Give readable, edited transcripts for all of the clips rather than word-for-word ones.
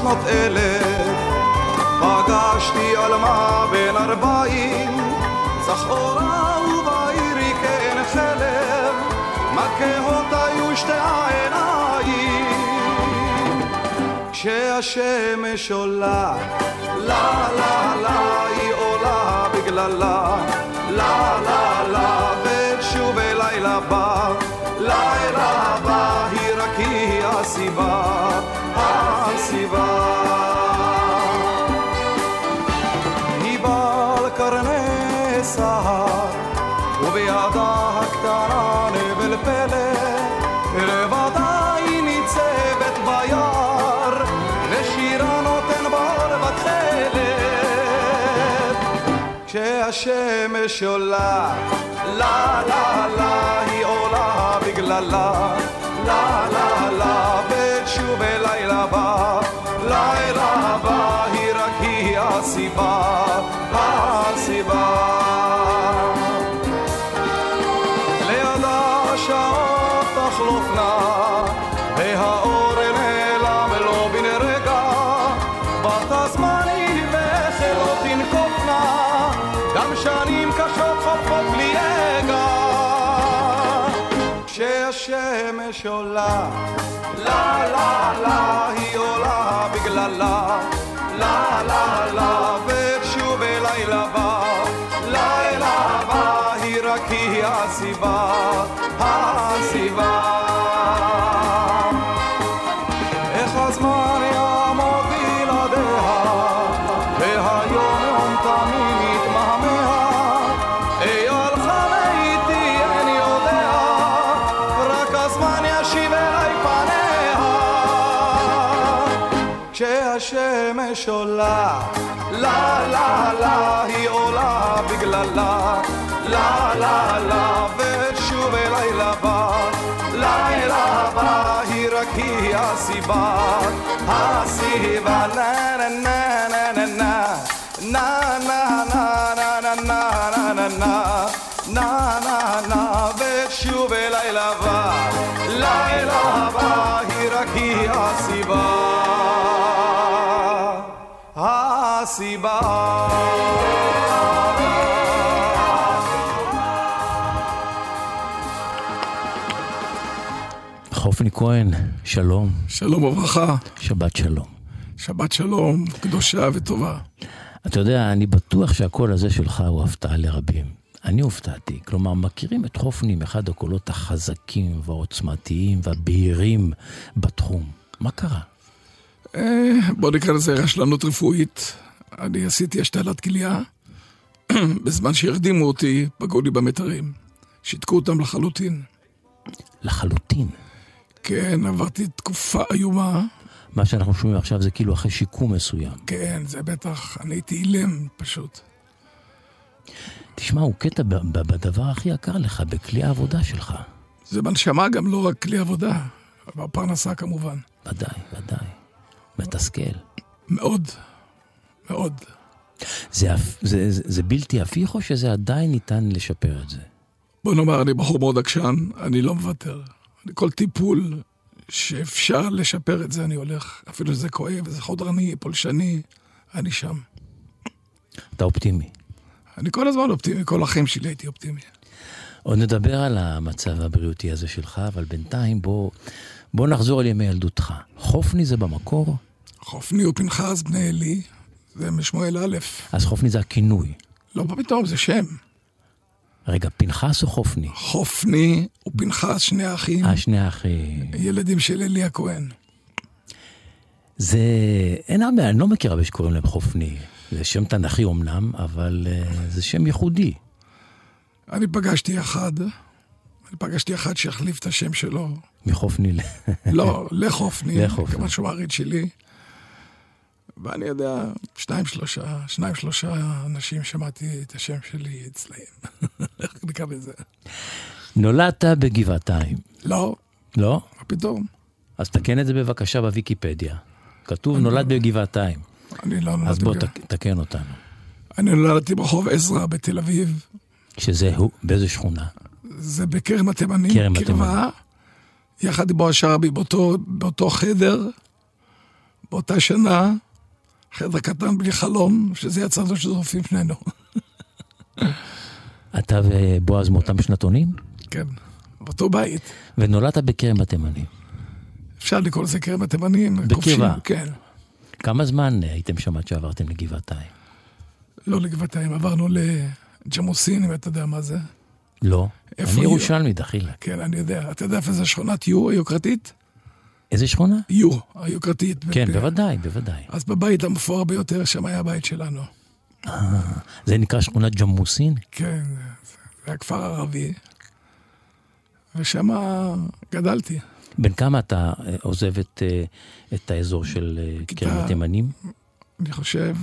300,000 פגשתי עלמה בן 40 צחורה ובעירי כאין חלב מכהות היו שתי העיניים כשהשמש עולה לה לה לה היא עולה בגללה לה לה לה ושוב לילה בא לילה הבא היא רק היא הסיבה הסיבה היא בעל קרני סהר ובידה הקטנה נבל פלא לבדה היא ניצבת ביער ושירה נותן בר בתחלת כשהשמש עולה לה לה לה היא עולה בגללה לה לה לה ושוב לילה בא לילה הבא היא רק היא הסיבה הסיבה לידה שעות תחלופנה והאור נעלם לא בן רגע בת הזמן היא וחלו תנקופנה גם שנים קשות חופות בלי רגע כשהשמש עולה לה לה לה היא עולה בגללה לה לה לה ושוב לילה בא לילה בא היא רק היא הסיבה הסיבה איך הזמן יעמוד בלעדיה והיום יום תמיד מתמהמה היא הלכה ואיתי אני יודע רק הזמן ישיב אליי פניה כשהשמש עולה לה לה לה היא עולה בגללה לה לה לה ושוב לילה בא לילה בא היא רק היא הסיבה הסיבה נה נה נה נה נה נה נה נה נה נה נה נה נה נה ושוב לילה בא לילה בא היא רק היא הסיבה הסיבה חופני כהן, שלום. שלום וברכה. שבת שלום. שבת שלום, קדושה וטובה. אתה יודע, אני בטוח שהקול הזה שלך הוא הפתעה לרבים. אני הופתעתי, כלומר, מכירים את חופני מאחד הקולות החזקים והעוצמתיים והבהירים בתחום. מה קרה? בוא נקרא לזה רשלנות רפואית. אני עשיתי השתלת כליה. בזמן שהרדימו אותי, פגעו לי במתרים. שיתקו אותם לחלוטין. לחלוטין? כן, עברתי תקופה איומה. מה שאנחנו שומעים עכשיו זה כאילו אחרי שיקום מסוים. כן, זה בטח. אני הייתי אילם פשוט. תשמע, הוא קטע בדבר הכי יקר לך, בכלי העבודה שלך. זה בנשמה גם לא רק כלי עבודה, אבל פרנסה כמובן. ודאי, ודאי. מתסכל. מאוד, מאוד. זה בלתי הפיך או שזה עדיין ניתן לשפר את זה? בוא נאמר, אני בחור מאוד עקשן, אני לא מוותר. כל טיפול שאפשר לשפר את זה, אני הולך. אפילו שזה כואב, זה חודרני, פולשני, אני שם. אתה אופטימי. אני כל הזמן אופטימי, כל החיים שלי הייתי אופטימי. עוד נדבר על המצב הבריאותי הזה שלך, אבל בינתיים בוא נחזור על ימי ילדותך. חופני זה במקור? חופני הוא פנחס בני אלי, זה משמואל א'. אז חופני זה הכינוי? לא פתאום, זה שם. רגע, פנחס או חופני? חופני ופנחס, שני אחים. שני האחים. ילדים של אלי הכהן. זה, אין הרבה, אני לא מכיר הרבה שקוראים להם חופני. זה שם תנכי אומנם, אבל זה שם ייחודי. אני פגשתי אחד שהחליף את השם שלו. מחופני לא, לחופני. כמובן שהוא מעריד שלי. ואני יודע, שניים שלושה אנשים שמעתי את השם שלי אצלהם. איך נקרא בזה? נולדת בגבעתיים. לא. לא? מה פתאום? אז תקן את זה בבקשה בוויקיפדיה. כתוב נולד בגבעתיים. אני לא נולדתי. אז בוא תקן אותנו. אני נולדתי ברחוב עזרא בתל אביב. שזה הוא, באיזה שכונה? זה בכרם התימנים, קרבה. יחד עם בועז שרעבי באותו חדר. באותה שנה, חדר קטן בלי חלום, שזה יצא לו שזורפים שנינו. אתה ובועז מאותם שנתונים? כן, באותו בית. ונולדת בכרם התימנים. אפשר לקרוא לזה כרם התימנים. בקרבה. כן. כמה זמן הייתם שם עד שעברתם לגבעתיים? לא לגבעתיים, עברנו לג'מוסין, אם אתה יודע מה זה. לא, אני ירושלמי, דחילה. כן, אני יודע. אתה יודע איפה זה שכונת יו, היוקרתית? איזה שכונה? יו, היוקרתית. כן, בוודאי, בוודאי. אז בבית המפואר ביותר, שם היה הבית שלנו. זה נקרא שכונת ג'מוסין? כן, זה היה כפר ערבי, ושם גדלתי. בין כמה אתה עוזב את האזור של כרם התימנים? אני חושב,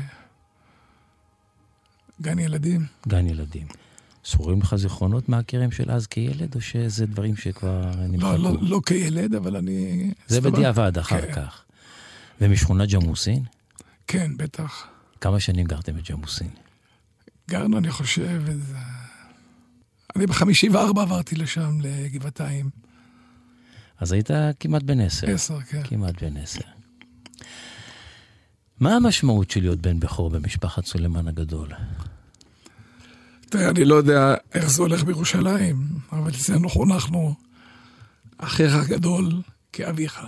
גן ילדים. גן ילדים. זכורים לך זיכרונות מהכרם של אז כילד, או שזה דברים שכבר נמחקו? לא כילד, אבל אני... זה בדיעבד אחר כך. ומשכונת ג'מוסין? כן, בטח. כמה שנים גרתם בג'מוסין? גרנו, אני חושב, אני ב-54 עברתי לשם, לגבעתיים. אז היית כמעט בן 10. 10, כן. כמעט בן 10. מה המשמעות של להיות בן בכור במשפחת סולימן הגדול? תראה, אני לא יודע איך זה הולך בירושלים, אבל אצלנו חונכנו אחיך הגדול כאביך.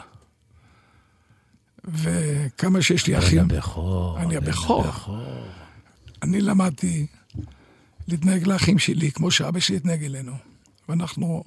וכמה שיש לי אחים... אני הבכור. אני למדתי להתנהג לאחים שלי, כמו שאבא שלי התנהג אלינו. ואנחנו...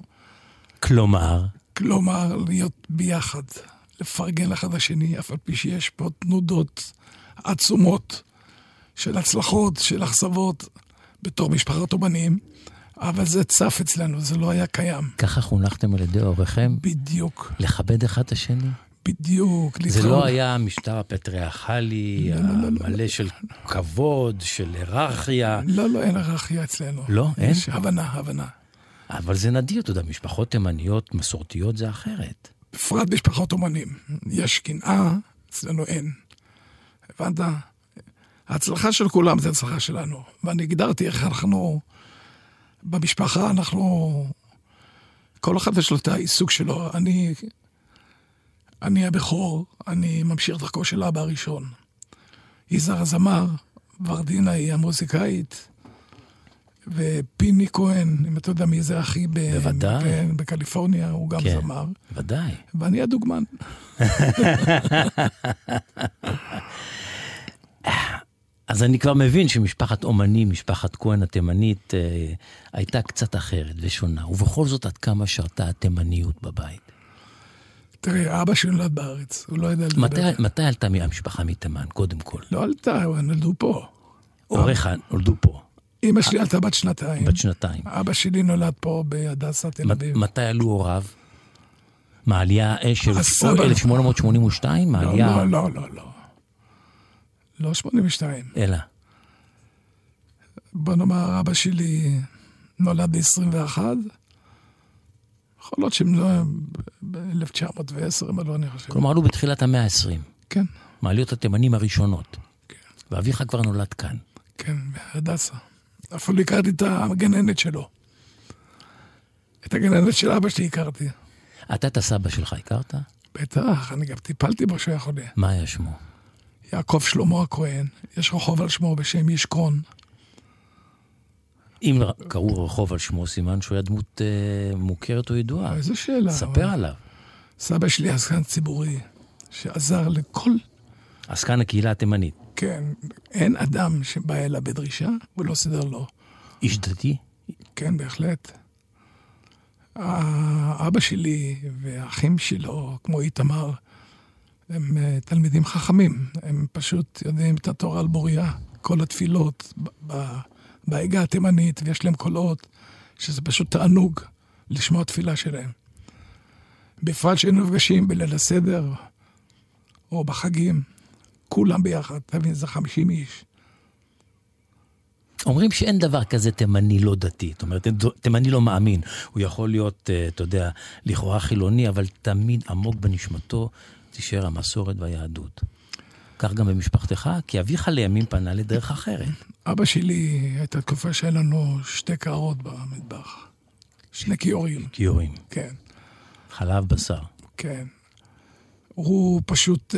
כלומר, להיות ביחד, לפרגן אחד השני, אף על פי שיש פה תנודות עצומות של הצלחות, של אכזבות, בתור משפחת אומנים, אבל זה צף אצלנו, זה לא היה קיים. ככה חונכתם על ידי הוריכם? בדיוק. לכבד אחד את השני? בדיוק. זה לא היה המשטר הפטריארכלי, המלא של כבוד, של היררכיה? לא, אין היררכיה אצלנו. לא? אין? יש הבנה. אבל זה נדיר, אתה יודע, משפחות תימניות, מסורתיות זה אחרת. בפרט משפחות אומנים. יש קנאה, אצלנו אין. הבנת? ההצלחה של כולם זה הצלחה שלנו. ואני הגדרתי איך אנחנו, במשפחה אנחנו, כל אחד יש לו את העיסוק שלו. אני הבכור, אני ממשיך דרכו של אבא הראשון. יזהר הזמר, ורדינה היא המוזיקאית, ופיני כהן, אם אתה יודע מי זה אחי בקליפורניה, הוא גם זמר. ודאי. ואני הדוגמן. אז אני כבר מבין שמשפחת אומנים, משפחת כהן התימנית, הייתה קצת אחרת ושונה. ובכל זאת עד כמה שרתה התימניות בבית? תראה, אבא שלי נולד בארץ, הוא לא יודע לדבר. מתי עלתה המשפחה מתימן, קודם כל? לא עלתה, נולדו פה. הוריך נולדו פה. אמא שלי עלתה בת שנתיים. בת שנתיים. אבא שלי נולד פה בהדסה תל אביב. מתי עלו הוריו? מעלייה של 1882? לא. לא 82. אלא? בוא נאמר, אבא שלי נולד ב-21. יכול להיות שהם לא... ב-1910, אבל לא אני חושב. כלומר, עלו בתחילת המאה ה-20. כן. מעליות התימנים הראשונות. כן. ואביך כבר נולד כאן. כן, בהדסה. אפילו הכרתי את הגננת שלו. את הגננת של אבא שלי הכרתי. אתה את הסבא שלך הכרת? בטח, אני גם טיפלתי בו שהיה חולה. מה היה שמו? יעקב שלמה הכהן. יש רחוב על שמו בשם ישכון. אם קראו רחוב על שמו, סימן שהוא היה דמות מוכרת או ידועה. איזו שאלה. ספר עליו. סבא שלי עסקן ציבורי, שעזר לכל... עסקן הקהילה התימנית. כן, אין אדם שבא אליו בדרישה ולא סדר לו. איש דתי? כן, בהחלט. האבא שלי והאחים שלו, כמו איתמר, הם תלמידים חכמים. הם פשוט יודעים את התורה על בוריה. כל התפילות בהגה התימנית, ויש להם קולות, שזה פשוט תענוג לשמוע תפילה שלהם. בפרט שהיינו נפגשים בליל הסדר, או בחגים, כולם ביחד, תבין, זה 50 איש. אומרים שאין דבר כזה תימני לא דתי, זאת אומרת, תימני לא מאמין. הוא יכול להיות, אתה יודע, לכאורה חילוני, אבל תמיד עמוק בנשמתו תישאר המסורת והיהדות. כך גם במשפחתך, כי אביך לימים פנה לדרך אחרת. אבא שלי הייתה תקופה שהיה לנו 2 קערות במטבח. 2 כיורים. כיורים. כן. חלב בשר. כן. הוא פשוט...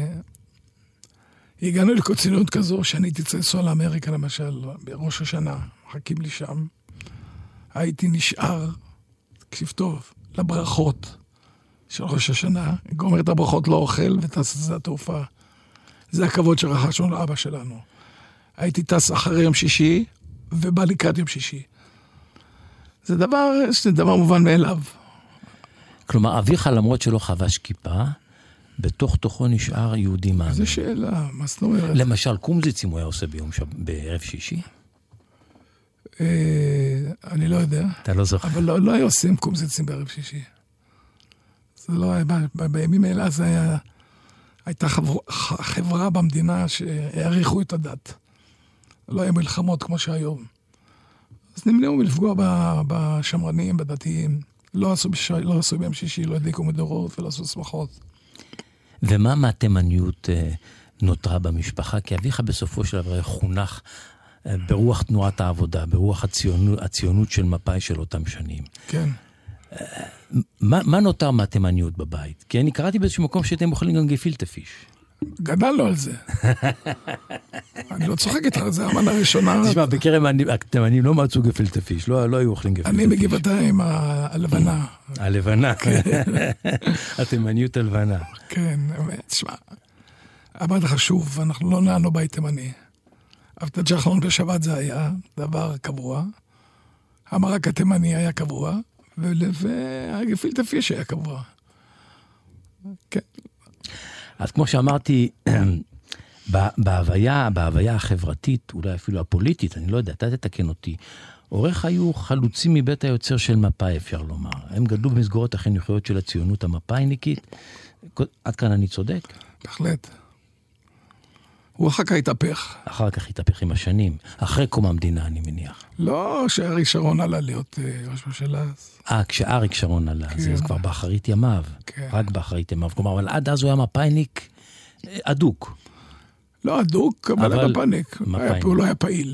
הגענו לקוצינות כזו, שאני הייתי צריך לנסוע לאמריקה, למשל, בראש השנה, מחכים לי שם. הייתי נשאר, תקשיב טוב, לברכות של ראש השנה, גומר את הברכות לא אוכל וטס את זה התעופה. זה הכבוד שרכשנו לאבא שלנו. הייתי טס אחרי יום שישי, ובא לקראת יום שישי. זה דבר מובן מאליו. כלומר, אביך למרות שלא חבש כיפה, בתוך תוכו נשאר יהודי מאמין. זו שאלה, מה זאת אומרת? למשל, קומזיצים הוא היה עושה בערב שישי? אני לא יודע. אתה לא זוכר. אבל לא היו עושים קומזיצים בערב שישי. זה לא היה, בימים האלה זה היה, הייתה חברה במדינה שהעריכו את הדת. לא היה מלחמות כמו שהיום. אז נמנעו מלפגוע בשמרנים, בדתיים. לא עשו ביום שישי, לא הדליקו מדורות ולא עשו שמחות. ומה מהתימניות נותרה במשפחה? כי אביך בסופו של דבר חונך ברוח תנועת העבודה, ברוח הציונות של מפא"י של אותם שנים. כן. מה נותר מהתימניות בבית? כי אני קראתי באיזשהו מקום שאתם אוכלים גם גפילטע פיש. גדלנו על זה. אני לא צוחק איתך, זה המנה הראשונה. תשמע, בקרב התימנים לא מצאו גפילטע פיש, לא היו אוכלים גפילטע פיש. אני מגבעתיים, הלבנה. הלבנה, התימניות הלבנה. כן, תשמע, אמרת חשוב, אנחנו לא נענו בית תימני. אבטת ג'חנון בשבת זה היה דבר קבוע, המרק התימני היה קבוע, והגפילטע פיש היה קבוע. כן. אז כמו שאמרתי, בהוויה החברתית, אולי אפילו הפוליטית, אני לא יודע, אתה תתקן אותי, עורך היו חלוצים מבית היוצר של מפא"י, אפשר לומר. הם גדלו במסגרות החינוכיות של הציונות המפא"יניקית. עד כאן אני צודק? בהחלט. הוא אחר כך התהפך. אחר כך התהפך עם השנים. אחרי קום המדינה, אני מניח. לא, שאריק שרון עלה להיות ראש ממשלה. כשאריק שרון עלה, כן. זה כבר באחרית ימיו. כן. רק באחרית ימיו. כלומר, אבל עד אז הוא היה מפא"יניק אדוק. לא אדוק, אבל היה מפא"יניק. הוא לא היה פעיל.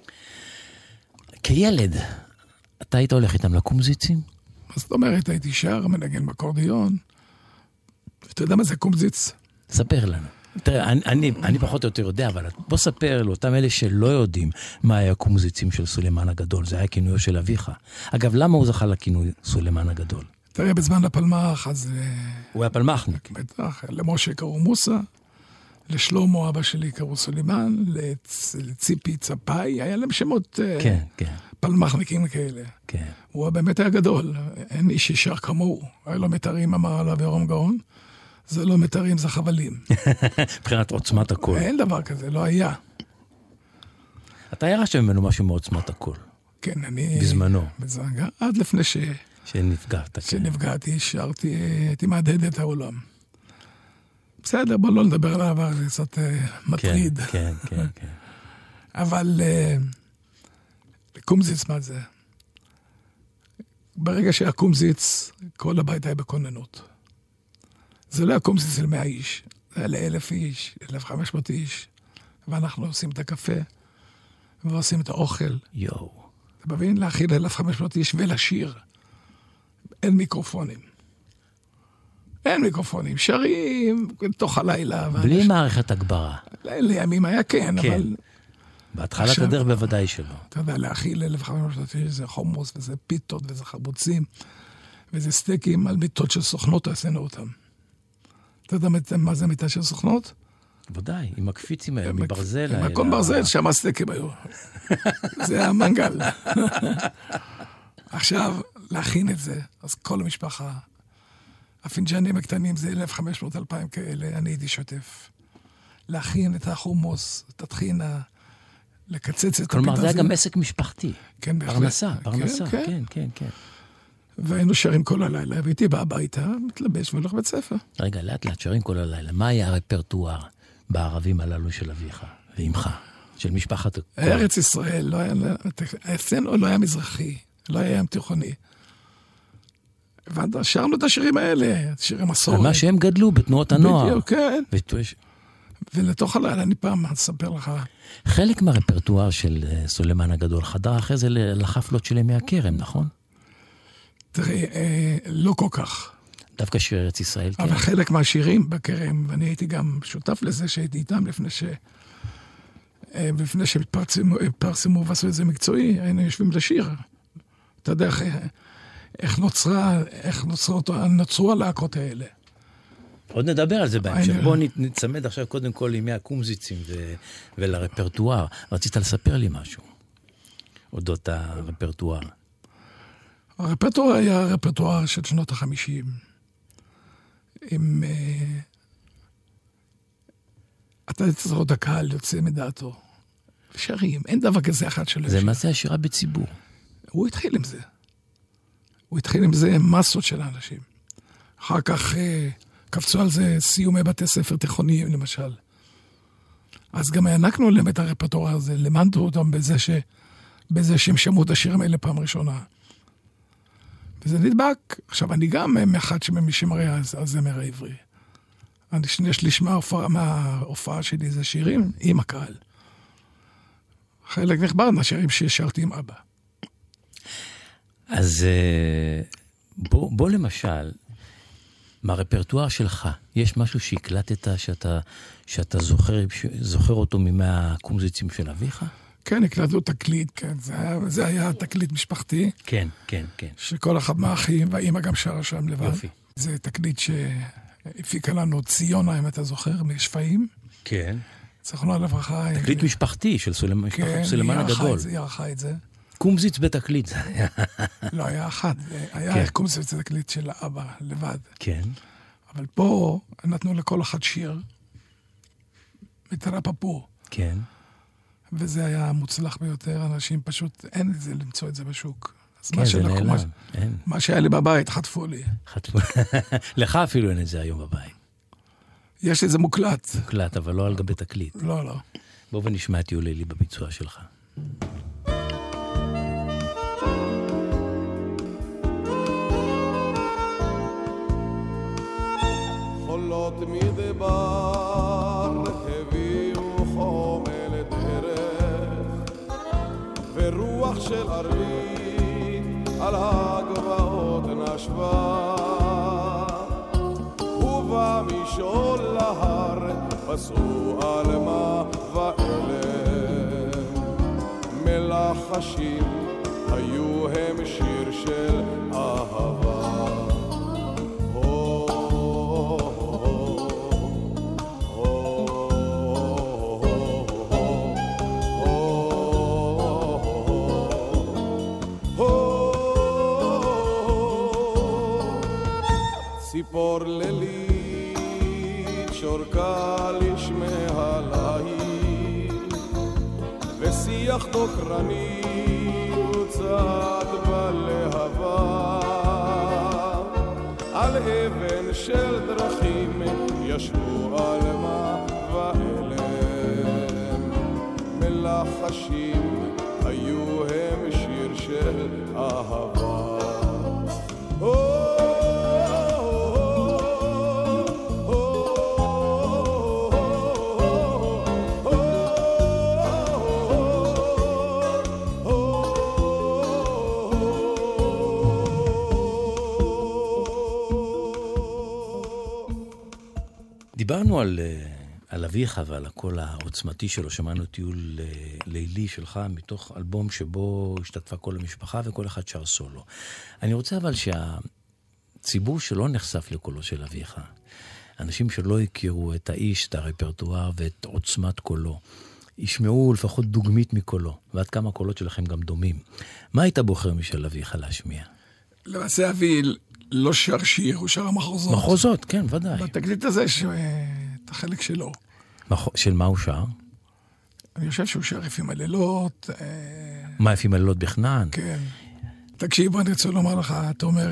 כילד, אתה היית הולך איתם לקומזיצים? זאת אומרת, הייתי שר, מנגן בקורדיון. אתה יודע מה זה קומזיץ? ספר לנו. תראה, אני פחות או יותר יודע, אבל בוא ספר לאותם אלה שלא יודעים מה היה הקומזיצים של סולימן הגדול. זה היה כינויו של אביך. אגב, למה הוא זכה לכינוי סולימן הגדול? תראה, בזמן הפלמ"ח, אז... הוא היה פלמ"חניק. בטח, למשה קראו מוסה, לשלמה אבא שלי קראו סולימן, לציפי צפאי, היה להם שמות כן, כן. פלמ"חניקים כאלה. כן. הוא באמת היה גדול, אין איש ישר כמוהו. היה לו מתארים, אמר עליו ירום גאון. זה לא מתארים, זה חבלים. מבחינת עוצמת הכל. אין דבר כזה, לא היה. אתה ירשת ממנו משהו מעוצמת הכל. כן, אני... בזמנו. עד לפני שנפגעת. שנפגעתי, שרתי, הייתי מהדהד את העולם. בסדר, בוא לא נדבר על העבר, זה קצת מטריד. כן, כן, כן. אבל קומזיץ, מה זה? ברגע שהיה קומזיץ, כל הבית היה בכוננות. זה לא היה קומזיץ של 100 איש, זה היה ל1,000 איש, 1,500 איש, ואנחנו עושים את הקפה, ועושים את האוכל. יואו. אתה מבין? להכיל 1,500 איש ולשיר. אין מיקרופונים. אין מיקרופונים, שרים תוך הלילה. בלי מערכת הגברה. לימים היה כן, אבל... בהתחלת הדרך בוודאי שלא. אתה יודע, להכיל 1,500 איש, זה חומוס, וזה פיתות, וזה חבוצים, וזה סטייקים על מיטות של סוכנות, עשינו אותם. אתה יודע מה זה מיטה של סוכנות? ודאי, עם הקפיצים האלה, מברזל. עם הכל ברזל, שם הסטייקים היו. זה המנגל. עכשיו, להכין את זה, אז כל המשפחה, הפינג'נים הקטנים זה 1,500-2,000 כאלה, אני הייתי שוטף. להכין את החומוס, את הטחינה, לקצץ את הפיתה. כלומר, זה היה גם עסק משפחתי. כן, בהחלט. פרנסה, כן, כן, כן. והיינו שרים כל הלילה, והייתי בא הביתה, מתלבש והולך בית ספר. רגע, לאט לאט שרים כל הלילה. מה היה הרפרטואר בערבים הללו של אביך ואמך, של משפחת... ארץ ישראל, לא היה... אצלנו לא היה מזרחי, לא היה ים תיכוני. ושרנו את השירים האלה, שירי מסורת. על מה שהם גדלו בתנועות הנוער. בדיוק, כן. ולתוך הלילה אני פעם אספר לך. חלק מהרפרטואר של סולימן הגדול חדר אחרי זה לחפלות של ימי הכרם, נכון? תראה, לא כל כך. דווקא שיר ארץ ישראל, כן. אבל חלק מהשירים בכרם, ואני הייתי גם שותף לזה שהייתי איתם לפני שפרסמו ועשו את זה מקצועי, היינו יושבים לשיר. אתה יודע איך נוצרו הלהקות האלה. עוד נדבר על זה בהמשך. בואו נצמד עכשיו קודם כל לימי הקומזיצים ולרפרטואר. רצית לספר לי משהו אודות הרפרטואר. הרפרטואר היה רפרטואר של שנות ה-50, עם... אתה תצטרך את הקהל יוצא מדעתו. שרים, אין דבר כזה אחד שלא זה מעשה השירה בציבור. הוא התחיל עם זה. הוא התחיל עם זה מסות של האנשים. אחר כך קפצו על זה סיומי בתי ספר תיכוניים, למשל. אז גם הענקנו להם את הרפרטואר הזה, למדנו אותם בזה שהם שמעו את השירים האלה פעם ראשונה. וזה נדבק. עכשיו, אני גם מאחד שמראה הזמר העברי. יש לי שמה מההופעה שלי, זה שירים עם הקהל. חלק נכבד מהשירים ששרתי עם אבא. אז בוא למשל, מהרפרטואר שלך, יש משהו שהקלטת שאתה זוכר אותו מהקומזיצים של אביך? כן, הקלטנו תקליט, כן. זה היה תקליט משפחתי. כן, כן, כן. שכל אחד מהאחים, והאמא גם שרה שם לבד. יופי. זה תקליט שהפיקה לנו ציונה, אם אתה זוכר, משפעים. כן. זכרונה לברכה. תקליט משפחתי של סולימן הגדול. כן, היא ערכה את זה. קומזיץ בתקליט. לא, היה אחד. היה קומזיץ בתקליט של האבא, לבד. כן. אבל פה נתנו לכל אחד שיר, מטרפפו. כן. וזה היה מוצלח ביותר, אנשים פשוט, אין את זה למצוא את זה בשוק. כן, זה נעלם. מה שהיה לי בבית, חטפו לי. לך אפילו אין את זה היום בבית. יש את זה מוקלט. מוקלט, אבל לא על גבי תקליט. לא, לא. בוא ונשמע את יולי בביצוע שלך. חולות מדבר הביאו חומל דרך ורוח של ערבית על הגבעות נשבה ובמשעול להר פסעו עלמה ואלם מלחשים היו הם שיר של אהבה ציפור לילית שורקה לשמי הליל ושיח דוקרני הוצת בלהבה על אבן של דרכים ישבו עלמה ואלם מלחשים היו הם שיר של אהבה דיברנו על אביך ועל הקול העוצמתי שלו, שמענו טיול לילי שלך מתוך אלבום שבו השתתפה כל המשפחה וכל אחד שר סולו. אני רוצה אבל שהציבור שלא נחשף לקולו של אביך, אנשים שלא הכירו את האיש, את הרפרטואר ואת עוצמת קולו, ישמעו לפחות דוגמית מקולו, ועד כמה הקולות שלכם גם דומים. מה היית בוחר משל אביך להשמיע? למעשה אבי לא שר שיר, הוא שר המחוזות. מחוזות, כן, ודאי. בתקליט הזה, את החלק שלו. של מה הוא שר? אני חושב שהוא שר יפים הלילות. מה יפים הלילות בכנען? כן. תקשיב, אני רוצה לומר לך, אתה אומר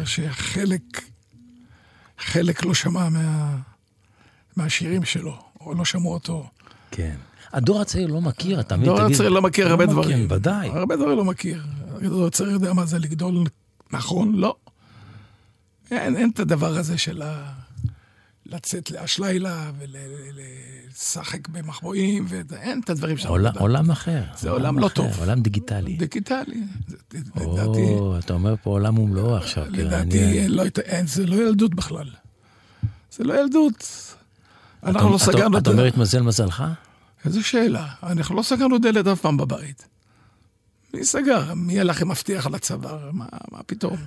חלק לא שמע מהשירים שלו, או לא שמעו אותו. כן. הדור הצעיר לא מכיר, אתה מבין? הדור הצעיר לא מכיר הרבה דברים. ודאי. הרבה דברים לא מכיר. הדור הצעיר יודע מה זה לגדול נכון? לא. אין את הדבר הזה של לצאת לאשלילה ולשחק במחבואים, ואין את הדברים שלנו. עולם אחר. זה עולם לא טוב. עולם דיגיטלי. דיגיטלי. אתה אומר פה עולם ומלואו עכשיו. לדעתי, זה לא ילדות בכלל. זה לא ילדות. אנחנו לא סגרנו... אתה אומר התמזל מזלך? איזו שאלה. אנחנו לא סגרנו דלת אף פעם בבית. מי סגר? מי יהיה לכם מבטיח על הצוואר? מה פתאום?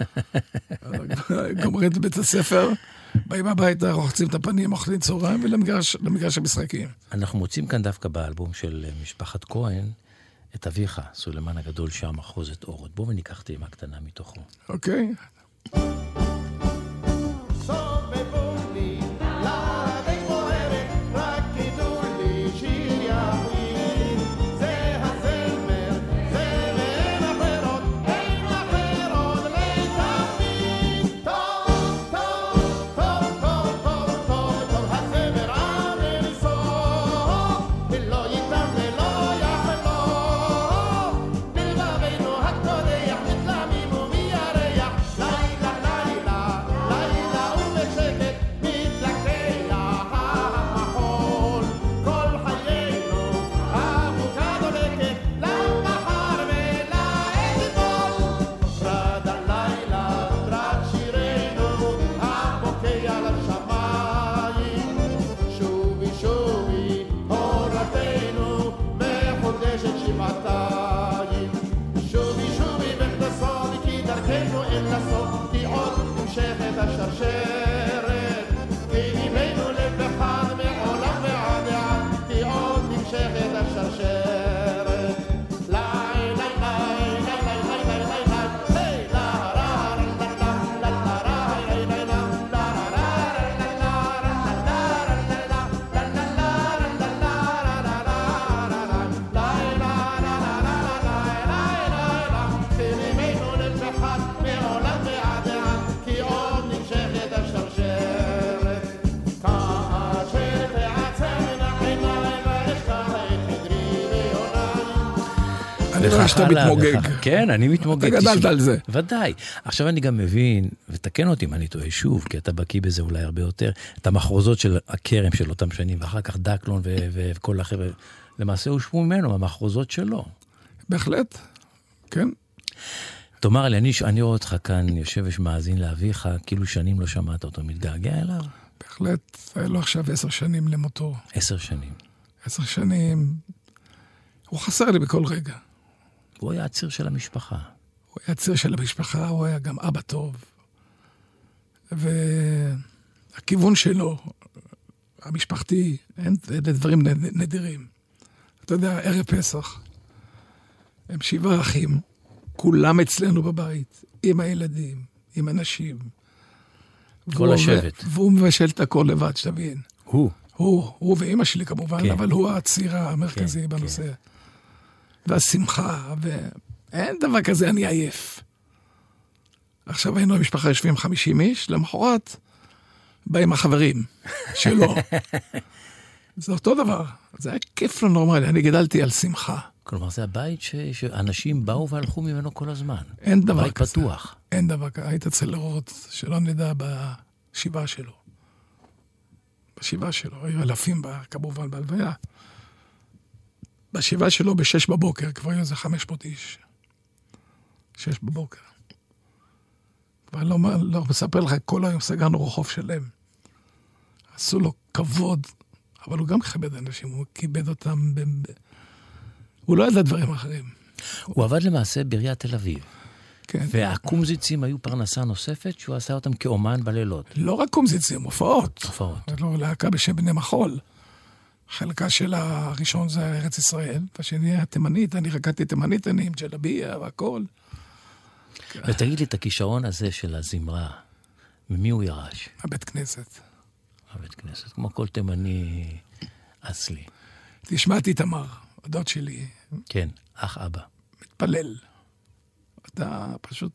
גומרים את בית הספר, באים הביתה, רוחצים את הפנים, אוכלים צהריים, ולמגרש המשחקים. אנחנו מוצאים כאן דווקא באלבום של משפחת כהן, את אביך, סולימן הגדול, שם אחוזת אורות. בואו וניקח טעימה קטנה מתוכו. אוקיי. שאתה מתמוגג. כן, אני מתמוגג. אתה גדלת על זה. ודאי. עכשיו אני גם מבין, ותקן אותי אם אני טועה שוב, כי אתה בקיא בזה אולי הרבה יותר, את המחרוזות של הכרם של אותם שנים, ואחר כך דקלון וכל החבר'ה, למעשה הושפעו ממנו, המחרוזות שלו. בהחלט, כן. תאמר לי, אני רואה אותך כאן, יושב ומאזין לאביך, כאילו שנים לא שמעת אותו, מתגעגע אליו? בהחלט, היה לו עכשיו 10 שנים למותו. 10 שנים. 10 שנים, הוא חסר לי בכל רגע. הוא היה הציר של המשפחה. הוא היה הציר של המשפחה, הוא היה גם אבא טוב. והכיוון שלו, המשפחתי, אלה דברים נדירים. אתה יודע, ערב פסח, הם 7 אחים, כולם אצלנו בבית, עם הילדים, עם אנשים. כל השבט. והוא מבשל את הכל לבד, שתבין. הוא ואמא שלי כמובן, כן. אבל הוא הציר המרכזי כן, בנושא. כן. והשמחה, ואין דבר כזה, אני עייף. עכשיו היינו המשפחה יושבים 50 איש, למחרת באים החברים שלו. זה אותו דבר, זה היה כיף לא נורמלי, אני גדלתי על שמחה. כלומר, זה הבית שאנשים באו והלכו ממנו כל הזמן. אין דבר כזה. בית פתוח. אין דבר כזה, היית צריך לראות שלא נדע בשבעה שלו. בשבעה שלו, היו אלפים כמובן בהלוויה. בשבעה שלו ב6 בבוקר, כבר היו איזה 500 איש. 6 בבוקר. כבר לא מספר לך, כל היום סגרנו רחוב שלם. עשו לו כבוד, אבל הוא גם כיבד אנשים, הוא כיבד אותם, הוא לא ידע דברים אחרים. הוא עבד למעשה בעיריית תל אביב. כן. והקומזיצים היו פרנסה נוספת, שהוא עשה אותם כאומן בלילות. לא רק קומזיצים, הופעות. הופעות. לא, להקה בשם בני מחול. חלקה של הראשון זה ארץ ישראל, והשני התימנית, אני רקדתי תימנית, אני עם ג'לביה והכל. ותגיד לי את הכישרון הזה של הזמרה, ממי הוא ירש? הבית כנסת. הבית כנסת, כמו כל תימני אסלי. תשמעתי תמר, הדוד שלי. כן, אח אבא. מתפלל. אתה פשוט...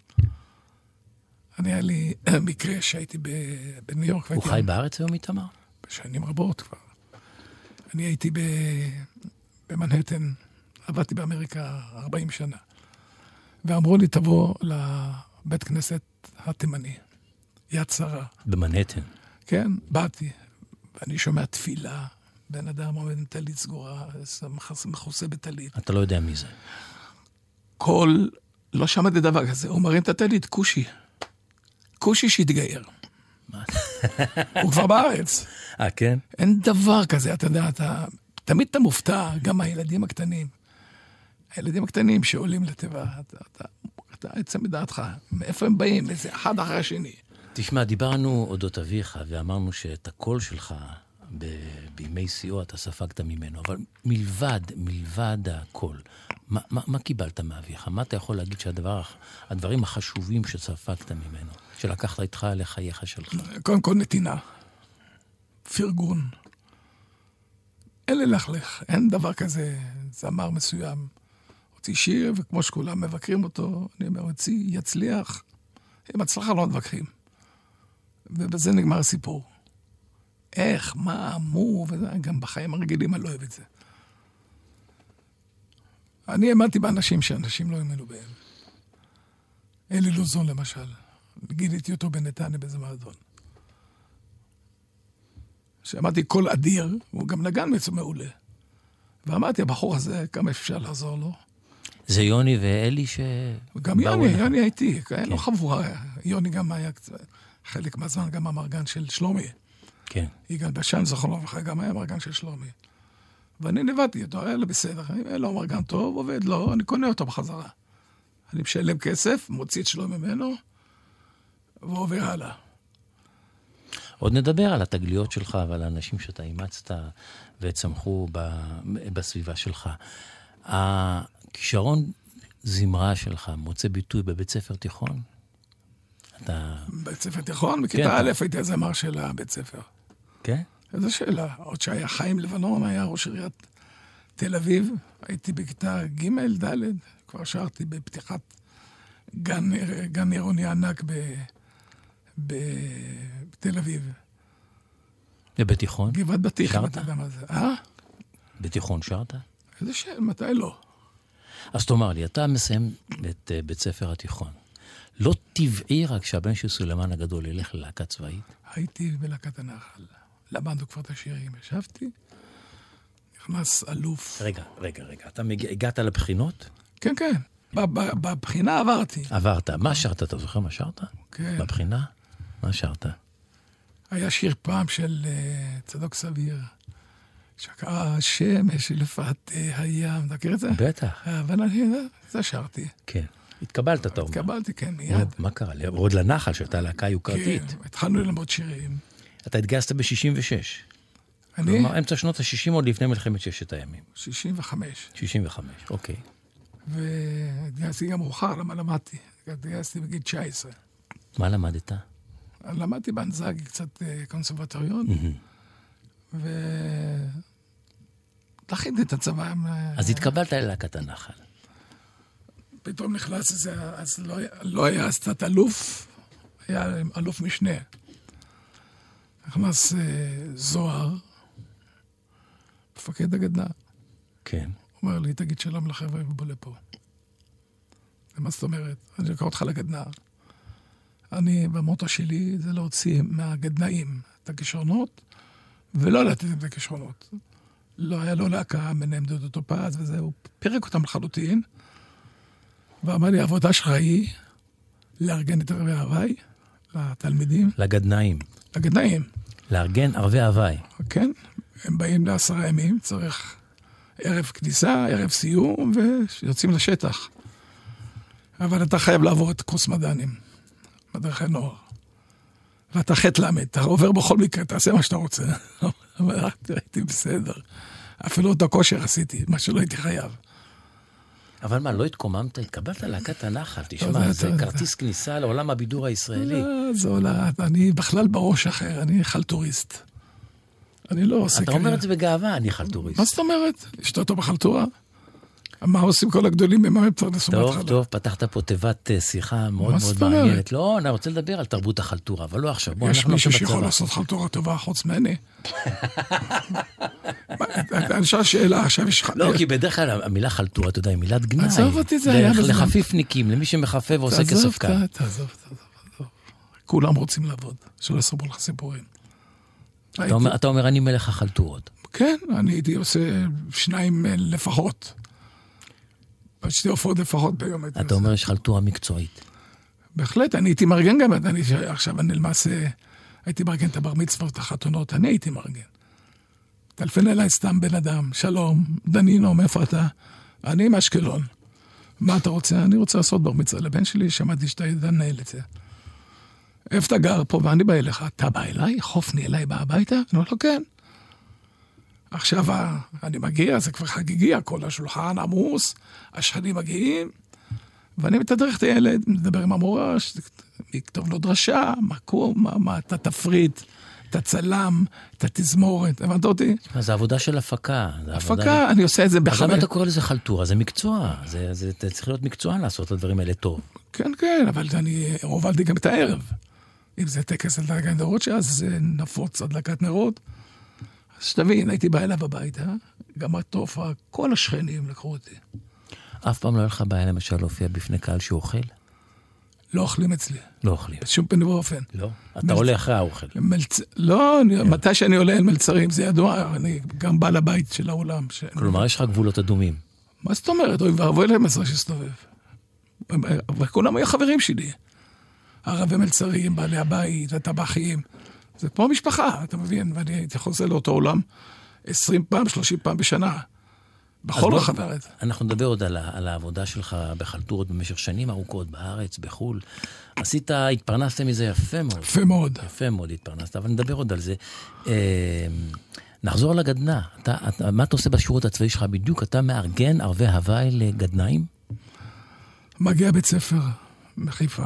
אני היה לי מקרה שהייתי בניו יורק. הוא חי בארץ היום מתמר? בשנים רבות כבר. אני הייתי במנהטן, עבדתי באמריקה 40 שנה. ואמרו לי, תבוא לבית כנסת התימני, יד שרה. במנהטן? כן, באתי, ואני שומע תפילה, בן אדם עומד עם טלית סגורה, מכוסה בטלית. אתה לא יודע מי זה. לא שמעתי דבר כזה, הוא מרים את הטלית, כושי שהתגייר. הוא כבר בארץ. כן? אין דבר כזה, אתה יודע, תמיד אתה מופתע, גם הילדים הקטנים שעולים לטבע, אתה יצא מדעתך, מאיפה הם באים, איזה אחד אחרי השני. תשמע, דיברנו אודות אביך, ואמרנו שאת הקול שלך בימי שיאו אתה ספגת ממנו, אבל מלבד הקול, מה קיבלת מאביך? מה אתה יכול להגיד שהדברים החשובים שספגת ממנו, שלקחת איתך לחייך שלך? קודם כל נתינה, פרגון, אין ללכלך, אין דבר כזה, זמר מסוים, הוציא שיר, וכמו שכולם מבקרים אותו, אני אומר, יצליח, עם הצלחה לא מתווכחים. ובזה נגמר הסיפור. איך, מה, מו, וגם בחיים הרגילים אני לא אוהב את זה. אני האמנתי באנשים שאנשים לא האמינו בהם. אלי לוזון למשל, גיליתי אותו בנתניה באיזה מועדון. שאמרתי קול אדיר, הוא גם נגן מעולה. ואמרתי, הבחור הזה, כמה אפשר לעזור לו. זה יוני ואלי גם יוני הייתי, לא חבורה. יוני גם היה חלק מהזמן, גם המרגן של שלומי. כן. יגאל בשן, זכרונו לברכה, גם היה מרגן של שלומי. ואני נבדתי אותו, היה לו בסדר. אם היה לו מרגן טוב, עובד, לא, אני קונה אותו בחזרה. אני משלם כסף, מוציא את שלומי ממנו, ועובר הלאה. עוד נדבר על התגליות שלך ועל האנשים שאתה אימצת וצמחו בסביבה שלך. הכישרון זמרה שלך מוצא ביטוי בבית ספר תיכון? בית ספר תיכון? בכיתה א' הייתי הזמר של הבית ספר. כן? איזו שאלה. עוד שהיה חיים לבנון, היה ראש עיריית תל אביב. הייתי בכיתה ג' ד', כבר שרתי בפתיחת גן עירוני ענק בתל אביב. ובתיכון? גבעת בטיח. שרת? בתיכון שרת? איזה שאלה, מתי לא? אז תאמר לי, אתה מסיים את בית ספר התיכון. לא טבעי רק שהבן של סולימן הגדול ילך ללהקה צבאית? הייתי בלהקת הנחל. למדנו כבר את השירים. ישבתי, נכנס אלוף. רגע. אתה הגעת לבחינות? כן. בבחינה עברתי. עברת. מה שרת? אתה זוכר מה שרת? כן. בבחינה? מה שרת? היה שיר פעם של צדוק סביר. שקעה השמש לפת הים. אתה מכיר את זה? בטח. אבל זה שרתי. כן. התקבלת, אתה אומר. התקבלתי, כן, מיד. מה קרה? עוד לנחל, שהייתה להקה יוקרתית. כן, התחלנו ללמוד שירים. אתה התגייסת ב-66. אני? כלומר, אמצע שנות ה-60 עוד לפני מלחמת ששת הימים. 65. 65, אוקיי. והתגייסתי גם מאוחר, למה למדתי? התגייסתי בגיל 19. מה למדת? למדתי באנזאגי קצת קונסרבטוריון, דחיתי את הצבא. אז התקבלת ללהקת הנחל. פתאום נכנס איזה, אז לא היה אז קצת אלוף, היה אלוף משנה. נכנס זוהר, מפקד הגדנ"ע. כן. הוא אומר לי, תגיד שלום לחבר'ה ובוא לפה. ומה זאת אומרת? אני אקרא אותך לגדנ"ע. אני, במוטו שלי, זה להוציא מהגדנ"עים את הכישרונות, ולא לתת את הכישרונות. לא היה לו להקה, ביניהם דודו טופז וזה, הוא פירק אותם לחלוטין, ואמר לי, העבודה שלך היא לארגן את ערבי ההוואי, לתלמידים. לגדנ"עים. לגדנ"עים. לארגן ערבי ההוואי. כן, הם באים ל10 ימים, צריך ערב כניסה, ערב סיום, ויוצאים לשטח. אבל אתה חייב לעבור את קורס מדענים, מדרכי נוער. ואתה ח' למד, אתה עובר בכל מקרה, תעשה מה שאתה רוצה. אבל הייתי בסדר. אפילו את הכושר עשיתי, מה שלא הייתי חייב. אבל מה, לא התקוממת? התקבלת להקת הנחל, תשמע, זה כרטיס כניסה לעולם הבידור הישראלי. זה עולה, אני בכלל בראש אחר, אני חלטוריסט. אני לא עושה אתה אומר את זה בגאווה, אני חלטוריסט. מה זאת אומרת? אשתו בחלטורה? מה עושים כל הגדולים במה הם פרנסו בהתחלה? טוב, פתחת פה תיבת שיחה מאוד מאוד מעניינת. לא, אני רוצה לדבר על תרבות החלטורה, אבל לא עכשיו. יש מישהו שיכול לעשות חלטורה טובה חוץ ממני? אני חושב שאלה, עכשיו יש... לא, כי בדרך כלל המילה חלטורה, אתה יודע, היא מילת גנאי. עזוב אותי, זה היה בזמן. לחפיפניקים, למי שמחפף ועושה כספקה. תעזוב. כולם רוצים לעבוד, שלא יספרו לך סיפורים. אתה אומר, אני מלך החלטורות. כן, אני הייתי עושה 2 לפחות. 2 הופעות לפחות ביום. אתה אומר, יש חלטורה מקצועית. בהחלט, אני הייתי מארגן גם, עכשיו אני למעשה, הייתי מארגן את הבר מצווה ואת החתונות, אני הייתי מארגן. טלפן אליי סתם בן אדם, שלום, דנינו, מאיפה אתה? אני מאשקלון. מה אתה רוצה? אני רוצה לעשות בר מצווה לבן שלי, שמעתי שאתה יודע לנהל את זה. איפה אתה גר פה? ואני בא אליך, אתה בא אליי? חופני אליי בא הביתה? אני אומר לו, כן. עכשיו אני מגיע, זה כבר חגיגי, כל השולחן עמוס, השכנים מגיעים, ואני מתדרך את הילד, מדבר עם המורה, יכתוב לו דרשה, מה, את התפריט, את הצלם, את התזמורת, הבנת אותי? זה עבודה של הפקה. הפקה, אני עושה את זה אז למה אתה קורא לזה חלטורה? זה מקצוע, זה צריך להיות מקצוע לעשות את הדברים האלה טוב. כן, כן, אבל אני הובלתי גם את הערב. אם זה טקס הדלקת נרות, שאז זה נפוץ הדלקת נרות. אז שתבין, הייתי בא אליו הביתה, גם התופעה, כל השכנים לקחו אותי. אף פעם לא היה לך בעיה למשל להופיע בפני קהל שאוכל? לא אוכלים אצלי. לא אוכלים. בשום פנים ואופן. לא? אתה עולה אחרי האוכל. לא, מתי שאני עולה אל מלצרים, זה ידוע, אני גם בא לבית של העולם. כלומר, יש לך גבולות אדומים. מה זאת אומרת? אוי ואבוי להם עשרה שסתובב. וכולם היו חברים שלי. הרבי מלצרים, בעלי הבית, הטבחים. זה כמו משפחה, אתה מבין? ואני הייתי חוזר לאותו עולם 20 פעם, 30 פעם בשנה. בכל רחבי הארץ. אנחנו נדבר עוד על העבודה שלך בחלטורות במשך שנים ארוכות, בארץ, בחול. התפרנסת מזה יפה מאוד. יפה מאוד. יפה מאוד התפרנסת, אבל נדבר עוד על זה. נחזור לגדנה. מה אתה עושה בשירות הצבאי שלך בדיוק? אתה מארגן ערבי הוואי לגדניים? מגיע בית ספר מחיפה.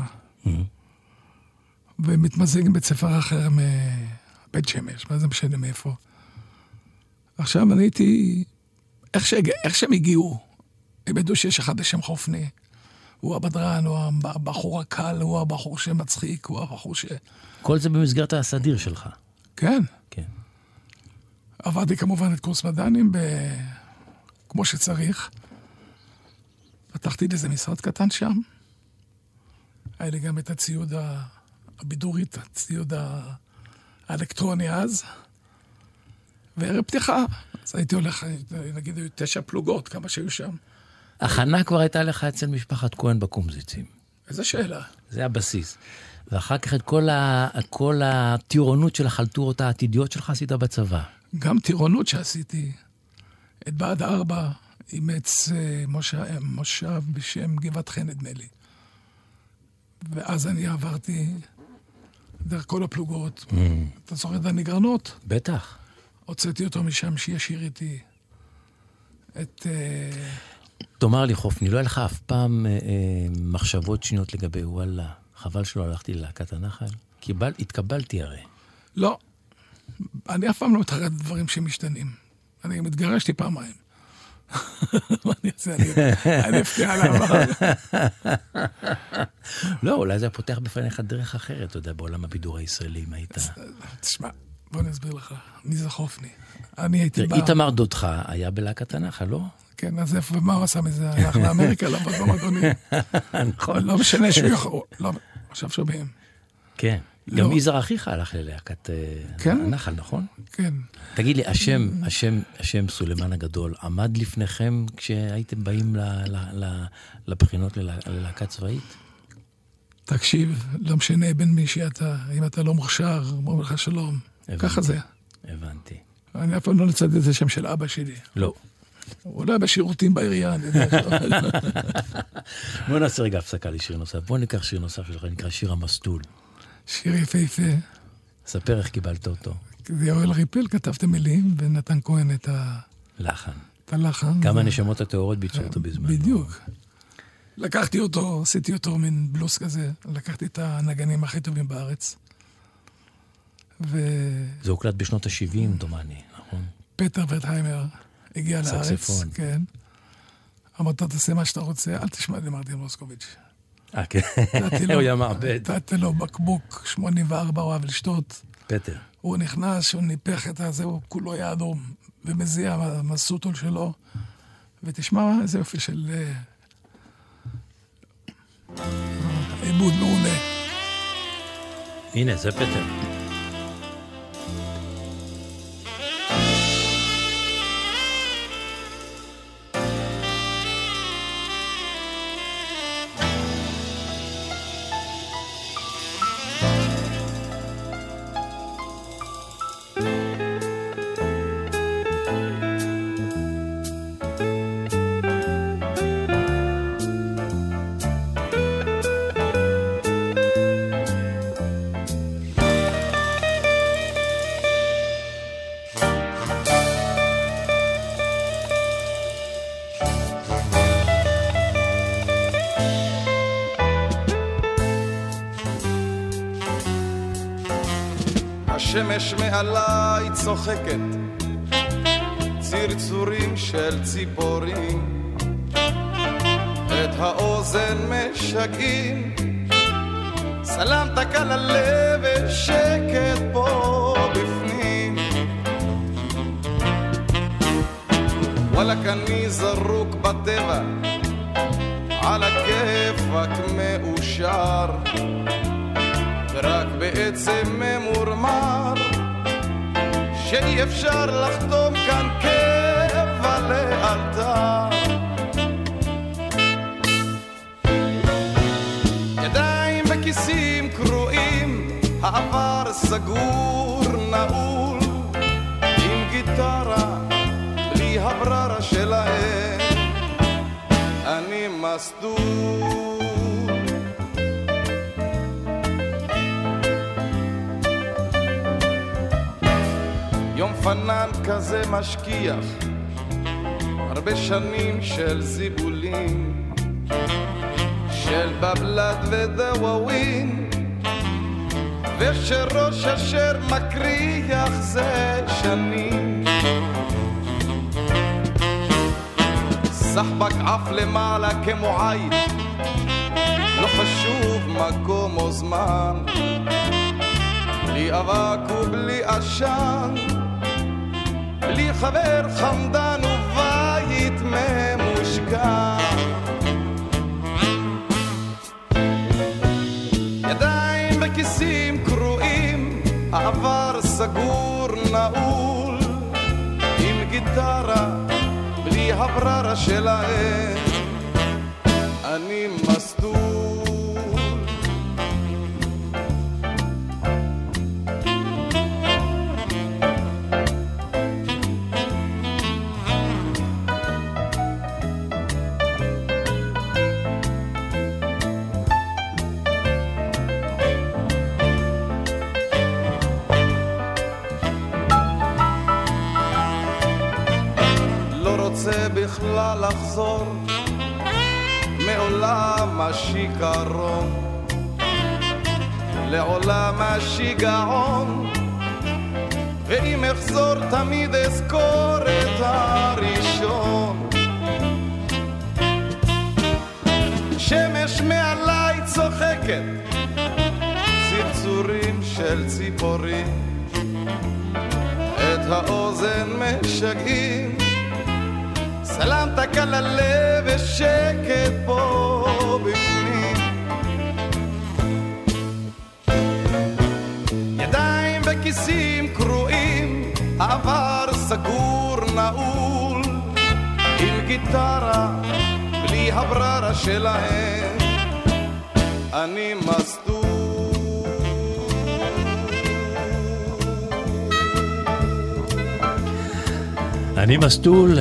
ומתמזג עם בית ספר אחר מבית שמש. מה זה משנה מאיפה? עכשיו אני הייתי... איך שהם הגיעו, הם ידעו שיש אחד לשם חופני. הוא הבדרן, הוא הבחור הקל, הוא הבחור שמצחיק, הוא הבחור ש... כל זה במסגרת הסדיר שלך. כן. כן. עברתי כמובן את קורס מדענים כמו שצריך. פתחתי לזה משרד קטן שם. היה לי גם את הציוד הבידורית, הציוד האלקטרוני אז. וערב פתיחה, אז הייתי הולך, נגיד, 9 פלוגות, כמה שהיו שם. הכנה כבר הייתה לך אצל משפחת כהן בקומזיצים. איזה שאלה. זה הבסיס. ואחר כך את כל הטירונות של החלטורות העתידיות שלך עשית בצבא. גם טירונות שעשיתי. את בעד 4 אימץ מושב בשם גבעת חן, נדמה לי. ואז אני עברתי דרך כל הפלוגות. אתה זוכר את דני גרנות? בטח. הוצאתי אותו משם שישיר איתי את... תאמר לי חופני, לא היה לך אף פעם מחשבות שניות לגבי וואלה, חבל שלא הלכתי ללהקת הנחל? התקבלתי הרי. לא, אני אף פעם לא מתחרט דברים שמשתנים. אני מתגרשתי פעמיים. מה אני אעשה? אני אפתיע עליו. לא, אולי זה פותח בפניך דרך אחרת, אתה יודע, בעולם הבידור הישראלי, מה היית? תשמע. בוא נסביר לך, מי זה חופני? אני הייתי בא... איתמר דודך היה בלהקת הנחל, לא? כן, אז איפה, ומה הוא עשה מזה? הלך לאמריקה, לעבוד במועדונים. נכון. לא משנה שהוא יכול... לא, עכשיו שומעים. כן. גם יזהר אחיך הלך ללהקת הנחל, נכון? כן. תגיד לי, השם סולימן הגדול עמד לפניכם כשהייתם באים לבחינות ללהקה צבאית? תקשיב, לא משנה בין מי שאתה, אם אתה לא מוכשר, אומר לך שלום. ככה זה. הבנתי. אני אף פעם לא נצטט את זה שם של אבא שלי. לא. אולי בשירותים בעירייה, אני יודע. בוא נעשה רגע הפסקה לשיר נוסף. בוא ניקח שיר נוסף שלך, נקרא שיר המסטול. שיר יפהפה. ספר איך קיבלת אותו. זה יואל ריפל, כתב את המילים, ונתן כהן את לחן. את הלחן. כמה נשמות הטהורות ביצעו אותו בזמן. בדיוק. לקחתי אותו, עשיתי אותו מין בלוס כזה, לקחתי את הנגנים הכי טובים בארץ. זה הוקלט בשנות ה-70, דומני, נכון? פטר ורטהיימר הגיע לארץ. סקספון. כן. אמרת, תעשה מה שאתה רוצה, אל תשמע לי מרטין מוסקוביץ'. כן. הוא היה מעבד. נתתי לו בקבוק 84, הוא אוהב לשתות. פטר. הוא נכנס, הוא ניפח את הזה, הוא כולו היה אדום, ומזיע מהסוטול שלו. ותשמע, איזה יופי של... עיבוד מעולה. הנה, זה פטר. השמש מעליי צוחקת, צרצורים של ציפורים את האוזן משגעים, סלמת קל הלב ושקט פה בפנים. וואלק אני זרוק בטבע, על הכיפק מאושר, ורק בעצם ממורמר שאי אפשר לחתום כאן קבע לאלתר. ידיים בכיסים קרועים, העבר סגור נעול, עם גיטרה בלי הבררה שלהם אני מסדור. יום פנן כזה משכיח, הרבה שנים של זיבולים, של בבלד ודוואווין, ושראש אשר מקריח זה שנים. סחבק עף למעלה כמו עית, לא חשוב מקום או זמן, בלי אבק ובלי עשן, בלי חבר חמדן ובית ממושכן. ידיים בכיסים קרועים, העבר סגור נעול, עם גיטרה בלי הבררה שלהם אני מסדור. בכלל לחזור מעולם השיכרון לעולם השיגעון, ואם אחזור תמיד אזכור את הראשון. שמש מעליי צוחקת, צרצורים של ציפורים את האוזן משגעים, סלמת קל הלב ושקט פה בפנים. ידיים בכיסים קרועים, העבר סגור נעול, עם גיטרה בלי הבררה שלהם אני מסדור. אני מסטול.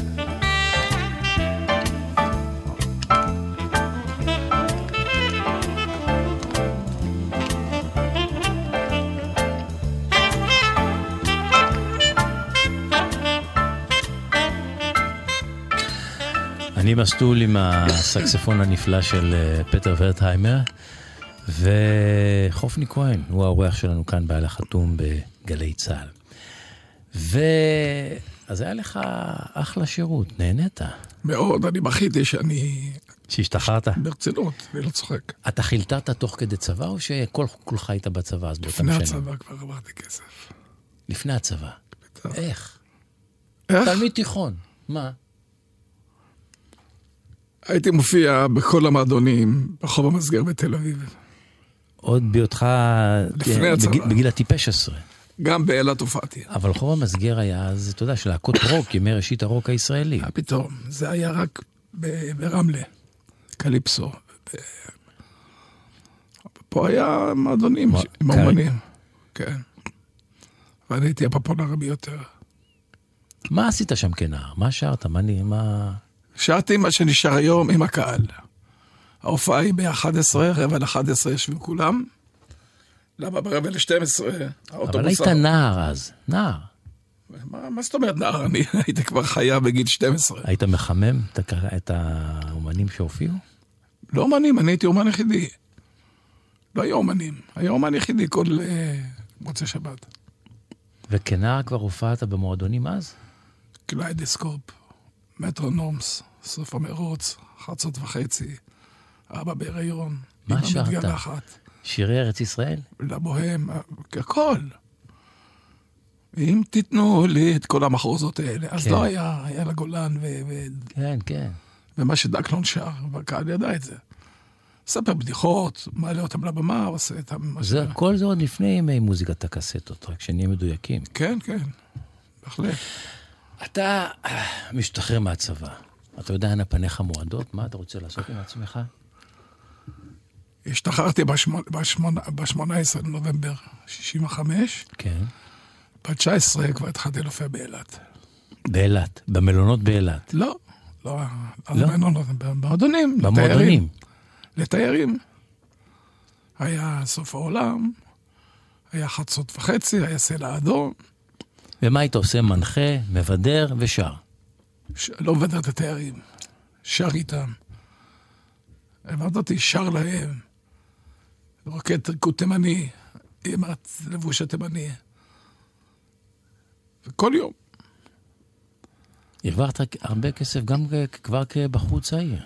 אני מסטול עם הסקספון הנפלא של פטר ורטהיימר, וחופני כהן הוא האורח שלנו כאן בעל החתום בגלי צהל. אז היה לך אחלה שירות, נהנית? מאוד, אני בכיתי שהשתחררת? ברצינות, אני לא צוחק. אתה חילטת תוך כדי צבא, או שכולך היית בצבא אז באותם שנים? לפני הצבא כבר עברתי כסף. לפני הצבא? בטח. איך? איך? תלמיד תיכון, מה? הייתי מופיע בכל המועדונים, ברחוב המסגר בתל אביב. עוד בהיותך לפני הצבא. בגיל הטיפש 10. גם באילת הופעתי. אבל רחוב המסגר היה, אז אתה יודע, של להקות רוק, ימי ראשית הרוק הישראלי. פתאום, זה היה רק ברמלה, קליפסו. פה היה מועדונים עם אומנים. כן. ואני הייתי הפופולרי ביותר. מה עשית שם כנער? מה שרת? מה... שרתי מה שנשאר היום עם הקהל. ההופעה היא ב-11, רבע ל-11 ישבים כולם. למה ברבע ל-12 האוטובוס... אבל היית נער אז, נער. מה זאת אומרת נער? אני הייתי כבר חיה בגיל 12. היית מחמם את האומנים שהופיעו? לא אומנים, אני הייתי אומן יחידי. לא היו אומנים. היה אומן יחידי מוצא שבת. וכנער כבר הופעת במועדונים אז? קליידסקופ, מטרונומס, סוף המרוץ, 11:30, אבא בהיריון. מה שרת? שירי ארץ ישראל? לבוהם, הכל. אם תיתנו לי את כל המחרוזות האלה, אז לא היה לגולן כן, כן. ומה שדקלון שר, והקהל ידע את זה. ספר בדיחות, מעלה אותם לבמה, עושה את זה, כל זה עוד לפני ימי מוזיקת הקסטות, רק שנהיה מדויקים. כן, כן, בהחלט. אתה משתחרר מהצבא. אתה יודע, אנה פניך מועדות? מה אתה רוצה לעשות עם עצמך? השתחררתי ב-18 לנובמבר 65. כן. ב-19 כבר התחלתי להופיע באילת. באילת? במלונות באילת? לא, לא. במועדונים. במועדונים? לתיירים. היה סוף העולם, היה 11:30, היה סלע אדום. ומה היית עושה? מנחה, מבדר ושר? לא מבדר את התיירים, שר איתם. הבנת אותי, שר להם. רוקד תרקוד תימני, עם הלבוש התימני. וכל יום. הרווחת הרבה כסף גם כבר כבחור צעיר.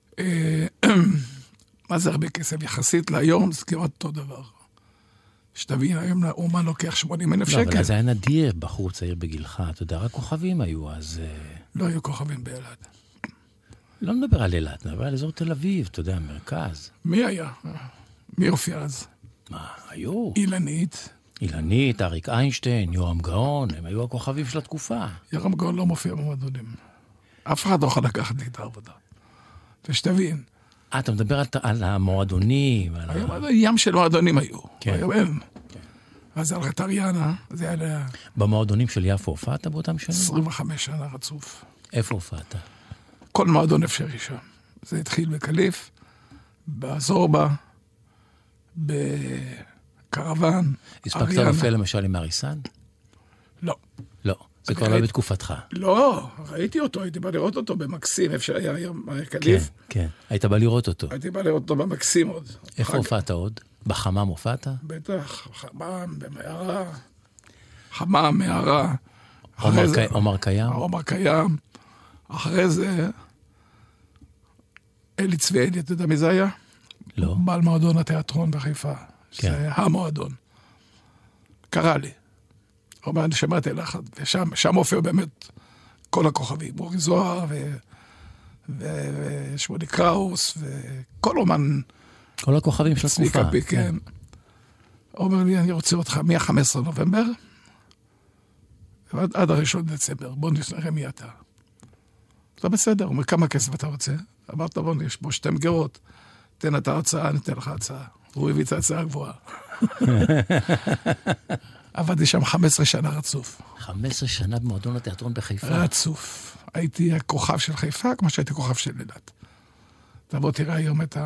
מה זה הרבה כסף? יחסית להיום זה כמעט אותו דבר. שתבין, היום לאומן לוקח 80,000 שקל. לא, אבל אז היה נדיר בחור צעיר בגילך. אתה יודע, רק כוכבים היו אז... לא היו כוכבים באילת. לא נדבר על אילת, נדבר על אזור תל אביב, אתה יודע, מרכז. מי היה? מי הופיע אז? מה, היו? אילנית, אריק איינשטיין, יורם גאון, הם היו הכוכבים של התקופה. יורם גאון לא מופיע במועדונים. אף אחד לא יכול לקחת לי את העבודה. ושתבין. אתה מדבר על המועדונים. היום ים של מועדונים היו. כן. היום אין. אז על רטריאנה, זה היה... במועדונים של יפו הופעת באותם שנים? 25 שנה רצוף. איפה הופעת? כל מועדון אפשרי שם. זה התחיל בקליף, בזורבה, בקרוון. הספקת להופיע למשל עם אריסן? לא. לא, זה כבר לא בתקופתך. לא, ראיתי אותו, הייתי בא לראות אותו במקסים, איפה שהיה היום קליף. כן, היית בא לראות אותו. הייתי בא לראות אותו במקסים עוד. איפה הופעת עוד? בחמם הופעת? בטח, חמם, במערה. חמם, מערה. עומר קיים? עומר קיים. אחרי זה, אלי צבי, אתה יודע מי זה היה? לא. בעל מועדון התיאטרון בחיפה. כן. זה המועדון. קרא לי. הוא אומר, אני שמעתי לך, ושם הופיע באמת כל הכוכבים. אורי זוהר ושמולי קראוס, וכל אומן... כל הכוכבים של התקופה. צביקה פיק, כן. הוא אומר לי, אני רוצה אותך מה-15 נובמבר, עד 1 דצמבר, בוא נראה מי אתה. זה בסדר, הוא אומר, כמה כסף אתה רוצה? אמרת, בוא, יש פה 2 מגירות, תן את ההרצאה, אני אתן לך הצעה. הוא הביא את ההצעה הגבוהה. עבדתי שם 15 שנה רצוף. 15 שנה במועדון התיאטרון בחיפה? רצוף. הייתי הכוכב של חיפה, כמו שהייתי כוכב של אילת. תבוא תראה היום את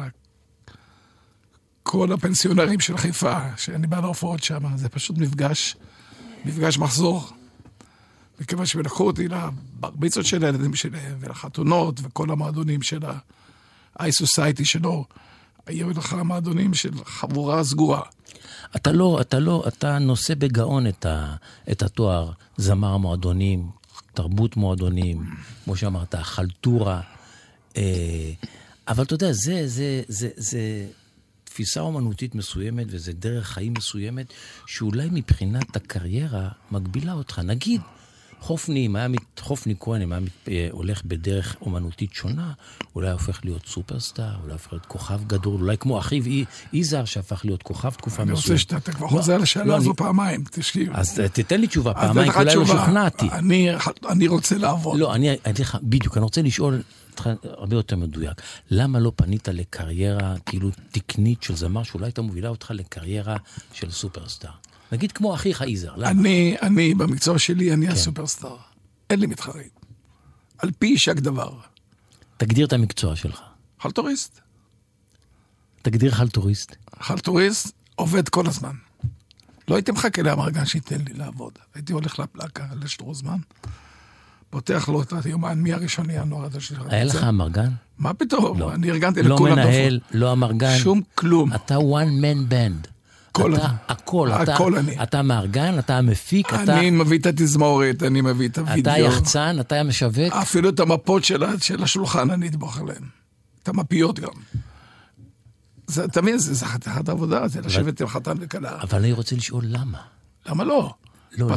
כל הפנסיונרים של חיפה, שאני בא להופעות שם, זה פשוט מפגש מחזור. מכיוון שלקחו אותי לברביצות של הילדים שלהם, ולחתונות, וכל המועדונים של ה-i-society שלו, היו לך המועדונים של חבורה סגורה. אתה נושא בגאון את התואר, זמר מועדונים, תרבות מועדונים, כמו שאמרת, חלטורה. אבל אתה יודע, זה תפיסה אומנותית מסוימת, וזה דרך חיים מסוימת, שאולי מבחינת הקריירה מגבילה אותך. נגיד, חופני כהן, אם היה הולך בדרך אומנותית שונה, אולי הופך להיות סופרסטאר, אולי הופך להיות כוכב גדול, אולי כמו אחיו יזהר שהפך להיות כוכב תקופה מסוימת. אני רוצה שאתה כבר חוזר לשאלה הזו פעמיים, תשכיב. אז תתן לי תשובה פעמיים, כי אולי לא שוכנעתי. אני רוצה לעבוד. לא, בדיוק, אני רוצה לשאול הרבה יותר מדויק. למה לא פנית לקריירה כאילו תקנית של זמר, שאולי הייתה מובילה אותך לקריירה של סופרסטאר? נגיד כמו אחיך יזהר, למה? אני במקצוע שלי, אני הסופרסטאר. אין לי מתחרים. על פי שק דבר. תגדיר את המקצוע שלך. חלטוריסט. תגדיר חלטוריסט. חלטוריסט עובד כל הזמן. לא הייתי מחכה לאמרגן שייתן לי לעבוד. הייתי הולך לפלקה לשטרוזמן, פותח לו את היומן מ1 לינואר. היה לך אמרגן? מה פתאום? לא. אני ארגנתי לא לכולם. מנהל, לא אמרגן. שום כלום. אתה one man band. הכל אני. אתה מארגן, אתה המפיק, אני מביא את התזמורת, אני מביא את הוידאו. אתה יחצן, אתה המשווק. אפילו את המפות של השולחן אני אדבוך עליהן. את המפיות גם. אתה מבין, זה חתיכת עבודה, זה לשבת עם חתן וכלה. אבל אני רוצה לשאול למה. למה לא? לא,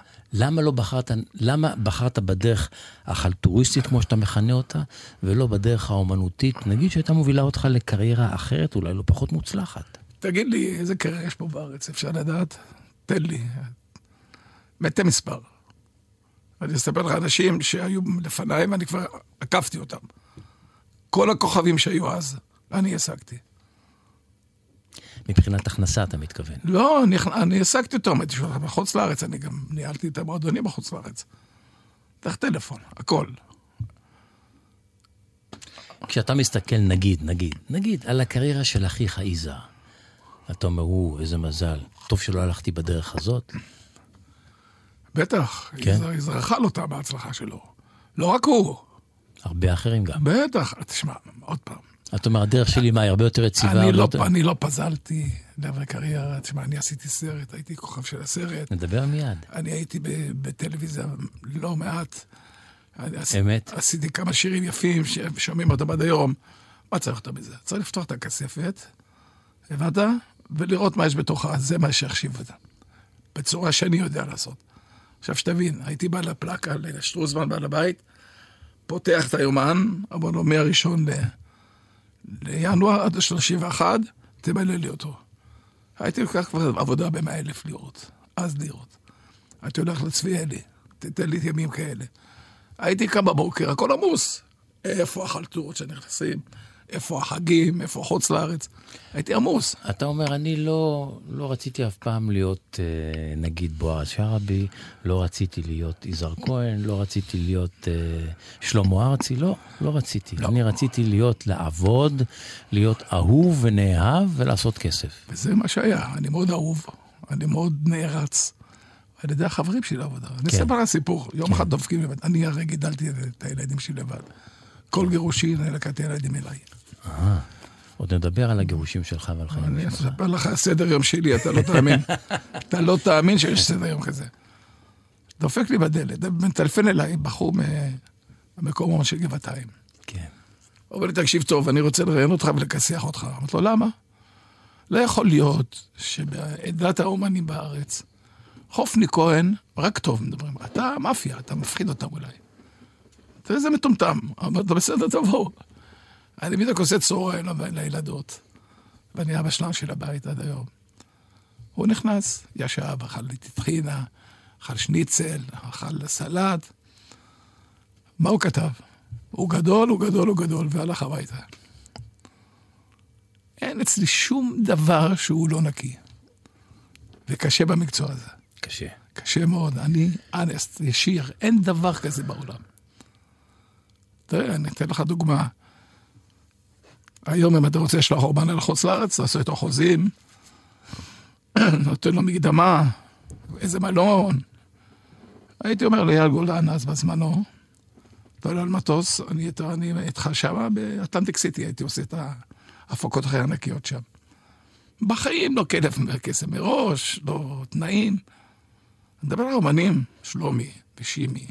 למה בחרת בדרך החלטוריסטית, כמו שאתה מכנה אותה, ולא בדרך האומנותית? נגיד שהייתה מובילה אותך לקריירה אחרת, אולי לא פחות מוצלחת. תגיד לי, איזה קריירה יש פה בארץ? אפשר לדעת? תן לי. מתי מספר. אני אספר לך אנשים שהיו לפניי, ואני כבר עקפתי אותם. כל הכוכבים שהיו אז, אני השגתי. מבחינת הכנסה אתה מתכוון? לא, אני השגתי אותו, הייתי שולח בחוץ לארץ, אני גם ניהלתי את המועדונים בחוץ לארץ. דרך טלפון, הכל. כשאתה מסתכל, נגיד, על הקריירה של אחיך יזהר, אתה אומר, איזה מזל, טוב שלא הלכתי בדרך הזאת. בטח, יזהר אכל אותה בהצלחה שלו. לא רק הוא. הרבה אחרים גם. בטח, תשמע, עוד פעם. אתה אומר, הדרך שלי מה, היא הרבה יותר יציבה? אני לא פזלתי לעבר קריירה, תשמע, אני עשיתי סרט, הייתי כוכב של הסרט. נדבר מיד. אני הייתי בטלוויזיה לא מעט. אמת? עשיתי כמה שירים יפים ששומעים אותם עד היום. מה צריך אותם בזה? צריך לפתוח את הכספת, הבנת? ולראות מה יש בתוכה, זה מה שיחשיב אותה. בצורה שאני יודע לעשות. עכשיו שתבין, הייתי בא לפלקה, לשטרוסמן בעל הבית, פותח את היומן, אמר לו, מהראשון לינואר עד 31, תמלא לי אותו. הייתי לוקח כבר עבודה ב100,000 לירות. אז לירות. הייתי הולך לצביאלי, תתן לי ימים כאלה. הייתי קם בבוקר, הכל עמוס. איפה החלטורות שנכנסים? איפה החגים? איפה חוץ לארץ? הייתי עמוס. אתה אומר, אני לא רציתי אף פעם להיות, נגיד, בועז שרעבי, לא רציתי להיות יזהר כהן, לא רציתי להיות שלמה ארצי, לא רציתי. לא. אני רציתי לעבוד, להיות אהוב ונאהב ולעשות כסף. וזה מה שהיה. אני מאוד אהוב, אני מאוד נערץ. על ידי החברים שלי לעבודה. אני אספר על סיפור. יום אחד דופקים לבד. אני הרי גידלתי את הילדים שלי לבד. כל גירושי, אני לקחתי ילדים אליי. עוד נדבר על הגירושים שלך ועל חיים. אני אספר לך סדר יום שלי, אתה לא תאמין. אתה לא תאמין שיש סדר יום כזה. דופק לי בדלת, מטלפן אליי, בחור מהמקום של גבעתיים. כן. אבל תקשיב טוב, אני רוצה לראיין אותך ולכסח אותך. אמרתי לו, למה? לא יכול להיות שבעדת האומנים בארץ, חופני כהן, רק טוב מדברים. אתה מאפיה, אתה מפחיד אותם אולי. תראה, זה מטומטם. אמרת, בסדר, תבואו. אני בדיוק עושה צהריים לילדות, ואני אבא שלנו של הבית עד היום. הוא נכנס, ישב, אכל טחינה, אכל שניצל, אכל סלט. מה הוא כתב? הוא גדול, והלך הביתה. אין אצלי שום דבר שהוא לא נקי. וקשה במקצוע הזה. קשה. קשה מאוד. אני אנסט, ישיר, אין דבר כזה בעולם. תראה, אני אתן לך דוגמה. היום אם אתה רוצה לשלוח אורבן אל חוץ לארץ, תעשו איתו חוזים, נותן לו מקדמה, איזה מלון. הייתי אומר לאייל גולדן אז בזמנו, תעלה על מטוס, אני איתך שמה באטלנטיק סיטי, הייתי עושה את ההפקות הכי ענקיות שם. בחיים לא כסף מראש, לא תנאים. אני מדבר על אומנים, שלומי ושימי,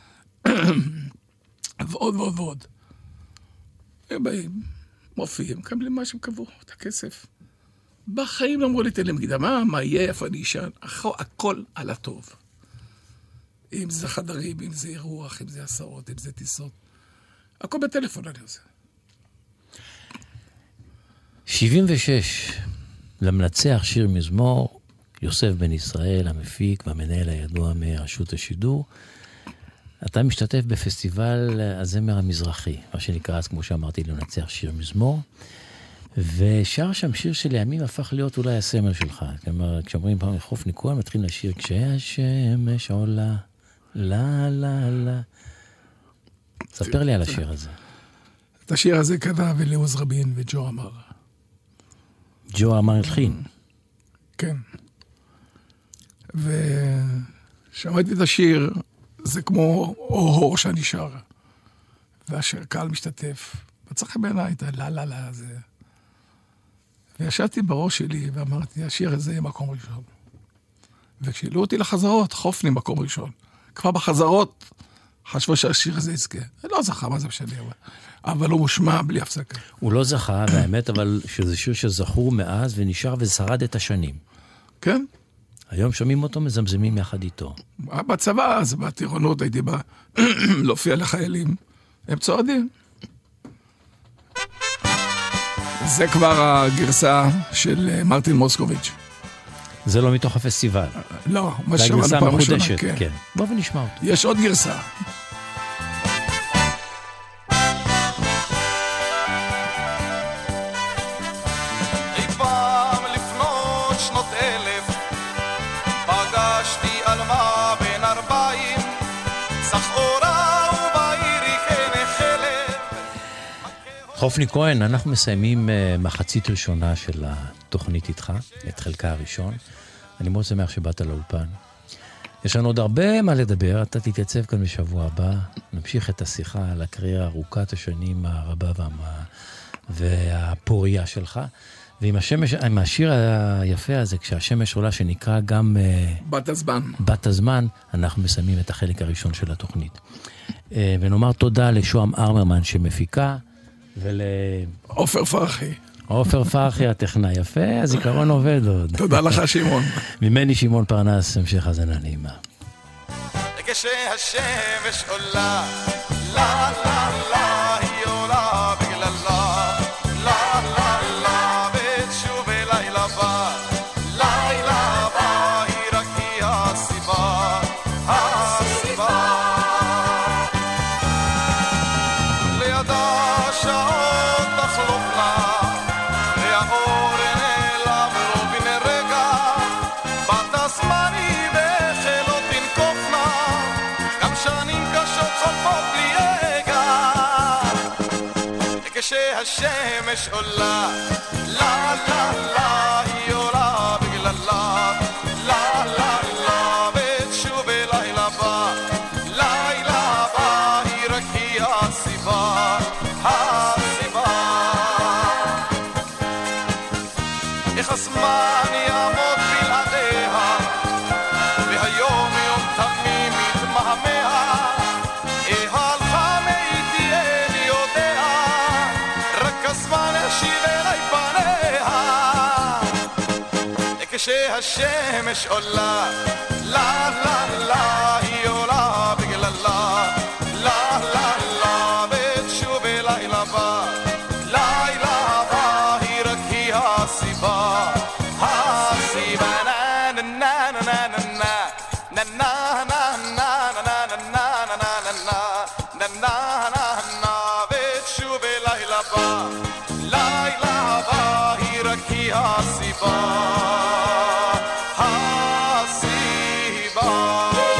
ועוד. הם באים, מופיעים, מקבלים מה שהם קבעו, את הכסף. בחיים לא אמרו לי, תן לי מקדמה, מה יהיה, איפה אני אשן, הכל על הטוב. אם זה חדרים, אם זה אירוח, אם זה הסעות, אם זה טיסות. הכל בטלפון אני עושה. 76, למנצח שיר מזמור, יוסף בן ישראל, המפיק והמנהל הידוע מרשות השידור. אתה משתתף בפסטיבל הזמר המזרחי, מה שנקרא אז, כמו שאמרתי, למנצח שיר מזמור, ושר שם שיר שלימים הפך להיות אולי הסמל שלך. כלומר, כשאומרים פעם חופני כהן, מתחילים לשיר, כשהשמש עולה, לה לה לה. ספר לי על השיר הזה. את השיר הזה כתב אליעוז רבין וג'ו אמר. ג'ו אמר הלחין. כן. ושמעתי את השיר, זה כמו אור שאני שר. והשיר קהל משתתף. מצא חן בעיניי את הלה לה לה הזה. וישבתי בראש שלי ואמרתי, השיר הזה יהיה מקום ראשון. וכשהעלו אותי לחזרות, חופני מקום ראשון. כבר בחזרות חשבו שהשיר הזה יזכה. לא זכה, מה זה משנה, אבל הוא מושמע בלי הפסקה. הוא לא זכה, והאמת, אבל שזה שיר שזכור מאז ונשאר ושרד את השנים. כן. היום שומעים אותו, מזמזמים יחד איתו. בצבא, אז בטירונות הייתי בא להופיע לחיילים. הם צועדים. זה כבר הגרסה של מרטין מוסקוביץ'. זה לא מתוך הפסטיבל. לא, מה שמענו פעם ראשונה. זה גרסה מחודשת, כן. בוא ונשמע אותו. יש עוד גרסה. חופני כהן, אנחנו מסיימים מחצית ראשונה של התוכנית איתך, את חלקה הראשון. אני מאוד שמח שבאת לאולפן. יש לנו עוד הרבה מה לדבר, אתה תתייצב כאן בשבוע הבא, נמשיך את השיחה על הקריירה ארוכת השנים הרבה והפוריה שלך, ועם השיר היפה הזה, כשהשמש עולה שנקרא גם בת הזמן. בת הזמן, אנחנו מסיימים את החלק הראשון של התוכנית. ונאמר תודה לשועם ארמרמן שמפיקה, עופר פרחי. עופר פרחי הטכנאי, יפה, הזיכרון עובד עוד. תודה לך שמעון. ממני שמעון פרנס, המשך הזנה נעימה. כשהשמש עולה, לה לה לה, היא עולה בגללה, לה לה לה, ותשוב לילה בא, לילה בא, היא רק היא הסיבה, הסיבה. לידה שעות תחלופנה, והאור נעלם לו בן רגע, בת הזמן היא בחלות תנקופנה, גם שנים קשות חולפות בלי רגע. כשהשמש עולה, לה לה לה, היא עולה בגללה, לה לה לה, ותשוב לילה בא, לילה בא, היא רק היא הסיבה, הסיבה. איך הזמן יעמוד בלעדיה, והיום יום תמים מתמהמה, הלכה מאיתי אין יודע, רק הזמן ישיב אליי פניה. כשהשמש עולה, לה לה לה, היא עולה בגללה, לה לה לה, ותשוב לילה בא, לילה בא, היא רק היא הסיבה, הסיבה. na na na na na na na na na na na na na, ותשוב לילה בא, לילה בא, היא רק היא הסיבה, הסיבה.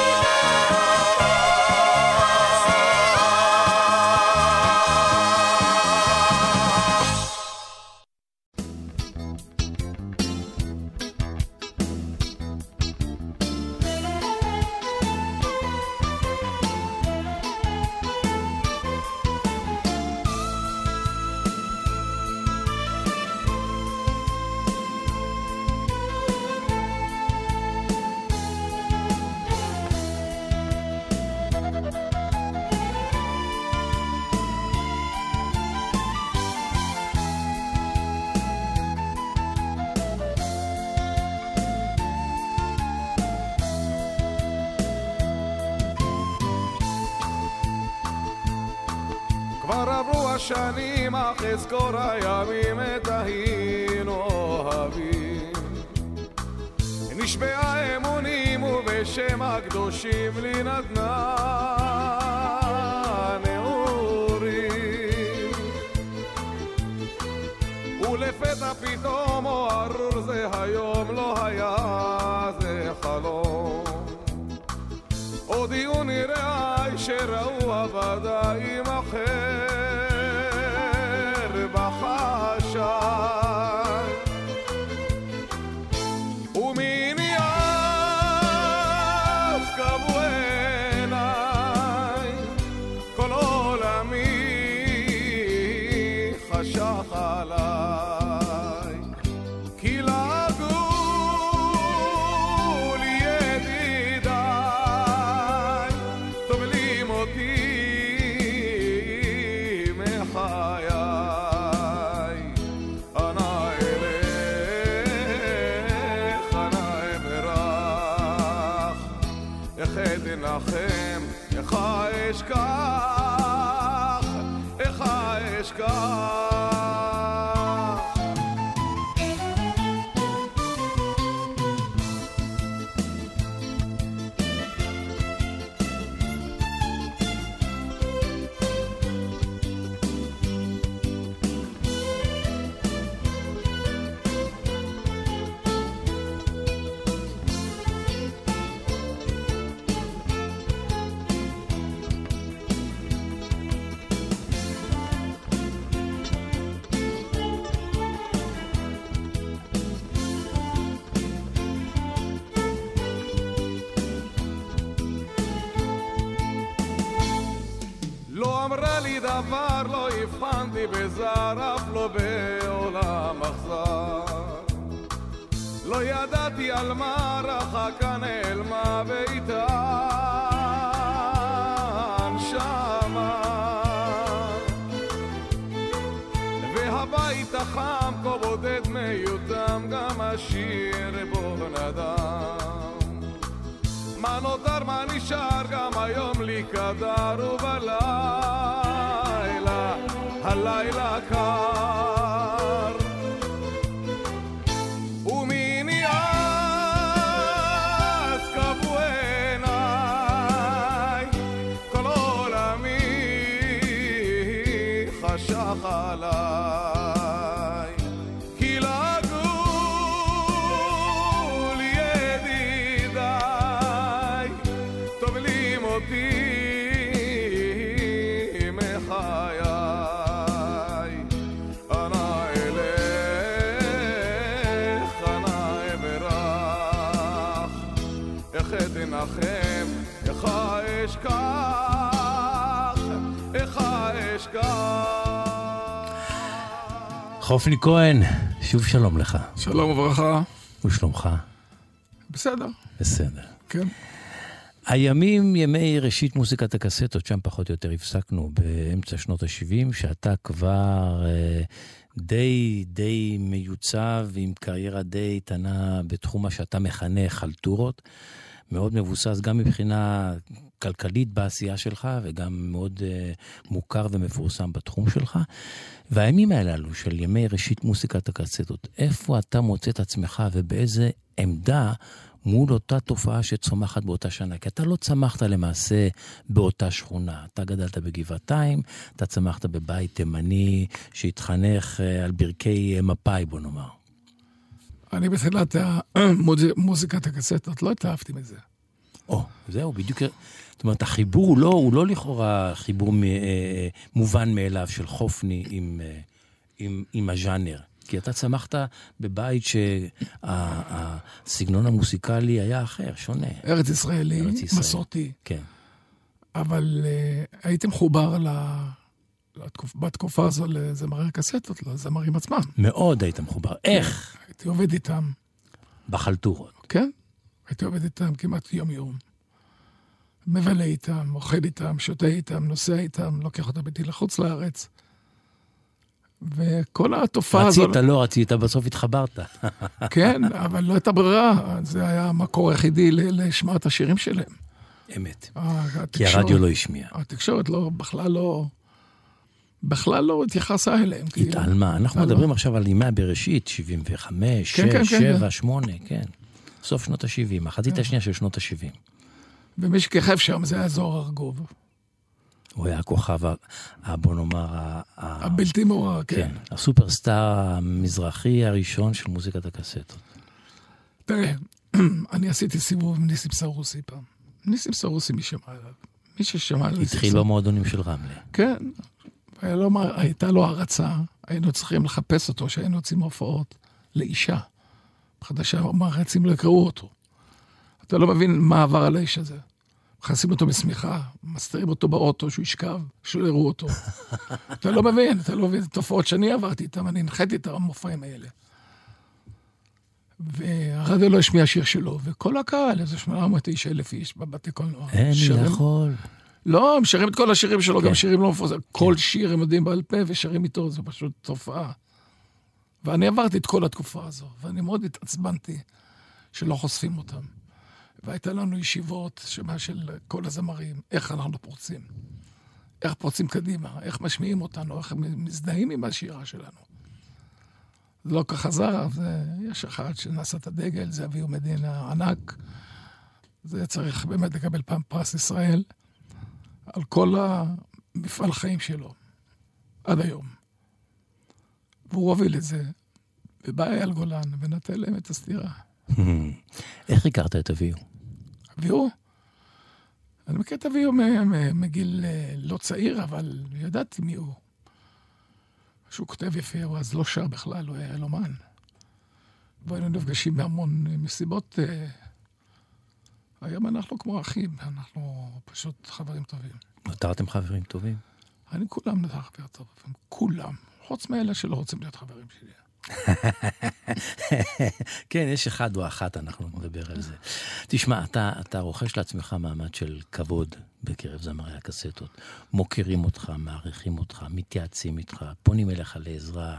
כבר עברו השנים, אך אזכור הימים את היינו אוהבים. נשבעה אמונים ובשם הקדושים לי נתנה נעורים, ולפתע פתאום או ארור זה היום לא היה זה חלום. הודיעו נראי שראו עבדה עם אחר בחשאי, ומיני אז קבעו עיניי, כל עולמי חשך עליי. איך אנחם, איך אשכח, איך אשכח. דבר לא הבחנתי בזר, אף לא בעולם אכזר. לא ידעתי על מה רחקה נעלמה ואיתן שמה, והבית החם כה בודד מיותם, גם השיר בו נדם. מה נותר מה נשאר, גם היום לי קדר, ובלילה הלילה קר, ומיני אז קבעו עיניי, כל עולמי חשך עליי, כי לגור לי ידידיי, טובלים אותי אנחם, איך אשכח, איך אשכח. חופני כהן, שוב שלום לך. שלום וברכה. ושלומך? בסדר. בסדר. כן. הימים, ימי ראשית מוזיקת הקסטות, שם פחות או יותר הפסקנו באמצע שנות ה-70, שאתה כבר די מיוצב עם קריירה די איתנה בתחום מה שאתה מכנה חלטורות, מאוד מבוסס גם מבחינה כלכלית בעשייה שלך, וגם מאוד מוכר ומפורסם בתחום שלך. והימים האלו של ימי ראשית מוזיקת הקסטות, איפה אתה מוצא את עצמך ובאיזה עמדה מול אותה תופעה שצומחת באותה שנה? כי אתה לא צמחת למעשה באותה שכונה. אתה גדלת בגבעתיים, אתה צמחת בבית תימני שהתחנך על ברכי מפאי, בוא נאמר. אני בתחילת מוזיקת הקסטות לא התאהבתי מזה. זהו, בדיוק. זאת אומרת, החיבור הוא לא לכאורה חיבור מובן מאליו של חופני עם הז'אנר. כי אתה צמחת בבית שהסגנון המוסיקלי היה אחר, שונה. ארץ ישראלי, מסורתי. כן. אבל הייתי מחובר בתקופה הזו לזמרי הקסטות, לזמרים עצמם. מאוד היית מחובר. איך? הייתי עובד איתם. בחלטורות. כן. הייתי עובד איתם כמעט יום-יום. מבלה איתם, אוכל איתם, שותה איתם, נוסע איתם, לוקח אותם איתי לחוץ לארץ. וכל התופעה הזו... רצית, לא רצית, בסוף התחברת. כן, אבל לא הייתה ברירה. זה היה המקור היחידי לשמעת השירים שלהם. אמת. כי הרדיו לא השמיע. התקשורת בכלל לא התייחסה אליהם. התעלמה. אנחנו מדברים עכשיו על ימי בראשית, 75, 6, 7, 8, כן. סוף שנות ה-70, מחצית השנייה של שנות ה-70. ומי שכיכב שם זה היה זוהר ארגוב. הוא היה הכוכב, בוא נאמר... הבלתי מעורר, כן. הסופרסטאר המזרחי הראשון של מוזיקת הקסטות. תראה, אני עשיתי סיבוב עם ניסים סרוסי פעם. ניסים סרוסי, מי שמע עליו? מי ששמע עליו... התחיל במועדונים של רמלה. כן. הייתה לו הרצה, היינו צריכים לחפש אותו, שהיינו יוצאים הופעות לאישה. חדשה, המערצים לא יקראו אותו. אתה לא מבין מה עבר על האיש הזה. מכנסים אותו מסמיכה, מסתרים אותו באוטו, שהוא ישכב, שלא יראו אותו. אתה לא מבין, תופעות שאני עברתי איתם, אני הנחיתי את המופעים האלה. והרדיו לא השמיע שיר שלו, וכל הקהל, איזה 800,000 איש בבתי קולנוע. אין יכול. לא, הם שרים את כל השירים שלו, גם שירים לא מפורסמים. כל שיר הם יודעים בעל פה ושרים איתו, זה פשוט תופעה. ואני עברתי את כל התקופה הזו, ואני מאוד התעצבנתי שלא חושפים אותם. והייתה לנו ישיבות של כל הזמרים, איך אנחנו פורצים. איך פורצים קדימה, איך משמיעים אותנו, איך מזדהים עם השירה שלנו. זה לא כך חזר, יש אחד שנעשה את הדגל, זה אביהו מדינה ענק. זה צריך באמת לקבל פעם פרס ישראל, על כל המפעל חיים שלו, עד היום. והוא הוביל את זה, ובא אייל גולן, ונתן להם את הסתירה. איך הכרת את אביהו? אביהו? אני מכיר את אביהו מגיל לא צעיר, אבל ידעתי מי הוא. שהוא כותב יפה, הוא אז לא שר בכלל, הוא היה אלומן. והיינו נפגשים בהמון מסיבות. היום אנחנו כמו אחים, אנחנו פשוט חברים טובים. נותרתם חברים טובים? אני כולם נותר חבר טובים, כולם. חוץ מאלה שלא רוצים להיות חברים שלי. כן, יש אחד או אחת, אנחנו נדבר על זה. תשמע, אתה רוכש לעצמך מעמד של כבוד בקרב זמרי הקסטות. מוכירים אותך, מעריכים אותך, מתייעצים איתך, פונים אליך לעזרה.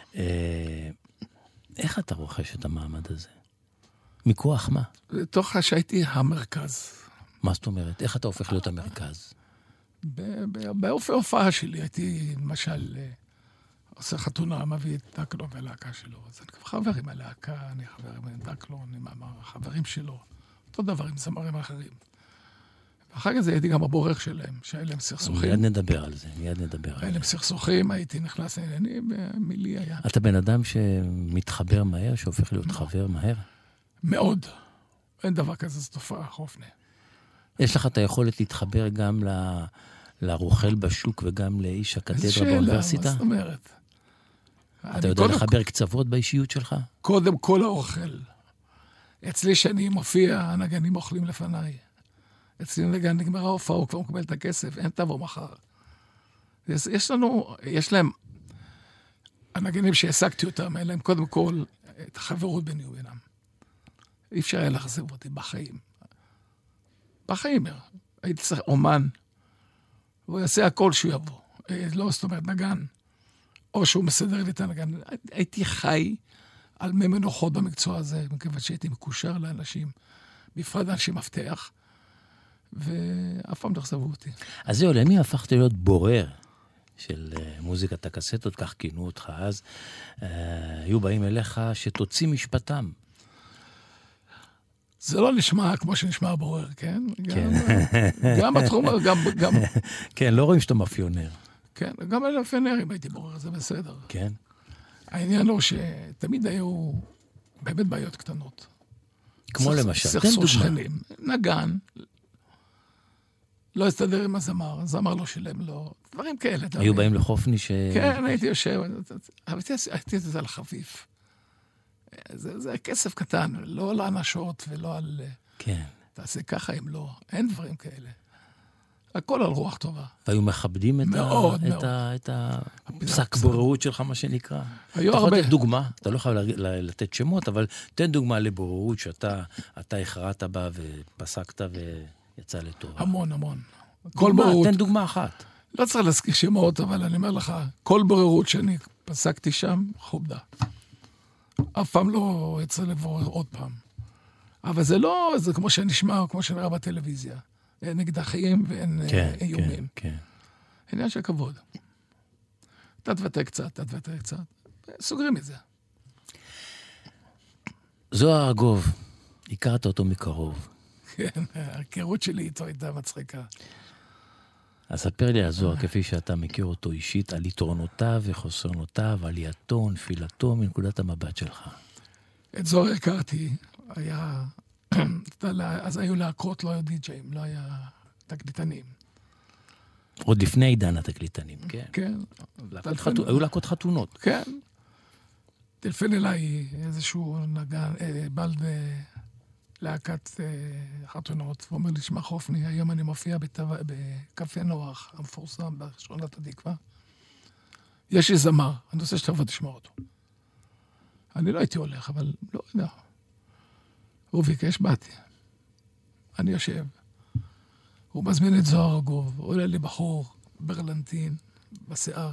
איך אתה רוכש את המעמד הזה? מכוח מה? תוך שהייתי המרכז. מה זאת אומרת? איך אתה הופך להיות המרכז? באופן ההופעה שלי הייתי, למשל, עושה חתונה, מביא את דקלון והלהקה שלו. אז אני חבר עם הלהקה, אני חבר עם דקלון, עם החברים שלו. אותו דבר עם זמרים אחרים. ואחר כך הייתי גם הבורר שלהם, שהיה להם סכסוכים. מיד נדבר על זה, מיד נדבר על זה. היה להם סכסוכים, הייתי נכנס לעניינים, ומילי היה. אתה בן אדם שמתחבר מהר, שהופך להיות חבר מהר? מאוד. אין דבר כזה, זו תופעה, חופני. יש לך את היכולת להתחבר גם לרוכל בשוק וגם לאיש הקתדרה באוניברסיטה? מה זאת אומרת? אתה יודע לחבר קצוות באישיות שלך? קודם כל האוכל. אצלי שאני מופיע, הנגנים אוכלים לפניי. אצלי נגן נגמר ההופעה, הוא כבר מקבל את הכסף, אין תבוא מחר. יש להם, הנגנים שהעסקתי אותם, אין להם קודם כל את החברות ביני ובינם. אי אפשר היה לחזב אותי בחיים. בחיים, הייתי צריך אומן, והוא יעשה הכל שהוא יבוא. לא, זאת אומרת, נגן. או שהוא מסדר לי את הנגן. הייתי חי על מי מנוחות במקצוע הזה, מכיוון שהייתי מקושר לאנשים, בפרט אנשים מפתח, ואף פעם תחזבו אותי. אז זהו, למי הפכת להיות בורר של מוזיקת הקסטות, כך כינו אותך אז, היו באים אליך שתוציא משפטם. זה לא נשמע כמו שנשמע הבורר, כן? גם בתחום, גם... כן, לא רואים שאתה מאפיונר. כן, גם אלה מאפיונרים הייתי בורר, זה בסדר. כן. העניין הוא שתמיד היו באמת בעיות קטנות. כמו למשל, תן סכסוך שכנים, נגן, לא הסתדר עם הזמר, הזמר לא שילם לו, דברים כאלה. היו באים לחופני ש... כן, הייתי יושב, הייתי את זה על חפיף. זה כסף קטן, לא על האנשות ולא על... כן. תעשה ככה אם לא, אין דברים כאלה. הכל על רוח טובה. והיו מכבדים את הפסק בוררות שלך, מה שנקרא. אתה יכול לתת דוגמה, אתה לא חייב לתת שמות, אבל תן דוגמה לבוררות שאתה הכרעת בה ופסקת ויצא לטובה. המון. תן דוגמה אחת. לא צריך להזכיר שמות, אבל אני אומר לך, כל בוררות שאני פסקתי שם, חובדה. אף פעם לא יצא לבורר עוד פעם. אבל זה לא, זה כמו שנשמע, כמו שנראה בטלוויזיה. אין אקדחים ואין איומים. כן. עניין של כבוד. תתוותר קצת. סוגרים את זה. זוהר ארגוב, הכרת אותו מקרוב. כן, ההיכרות שלי איתו הייתה מצחיקה. אז ספר לי על זוהר, כפי שאתה מכיר אותו אישית, על יתרונותיו וחוסרונותיו, עלייתו, נפילתו, מנקודת המבט שלך. את זוהר הכרתי, היה... אז היו להקות, לא היו די-ג'אים, לא היה תקליטנים. עוד לפני עידן התקליטנים, כן. כן. היו להקות חתונות. כן. טלפן אליי איזשהו נגן, בעל להקת חתונות, ואומר לי, שמע חופני, היום אני מופיע בקפה נוח, המפורסם בשכונת התקווה. יש לי זמר, אני רוצה שתבוא תשמע אותו. אני לא הייתי הולך, אבל לא יודע. הוא ביקש, באתי. אני יושב. הוא מזמין את זוהר ארגוב, עולה לי בחור ברלנטין, בשיער.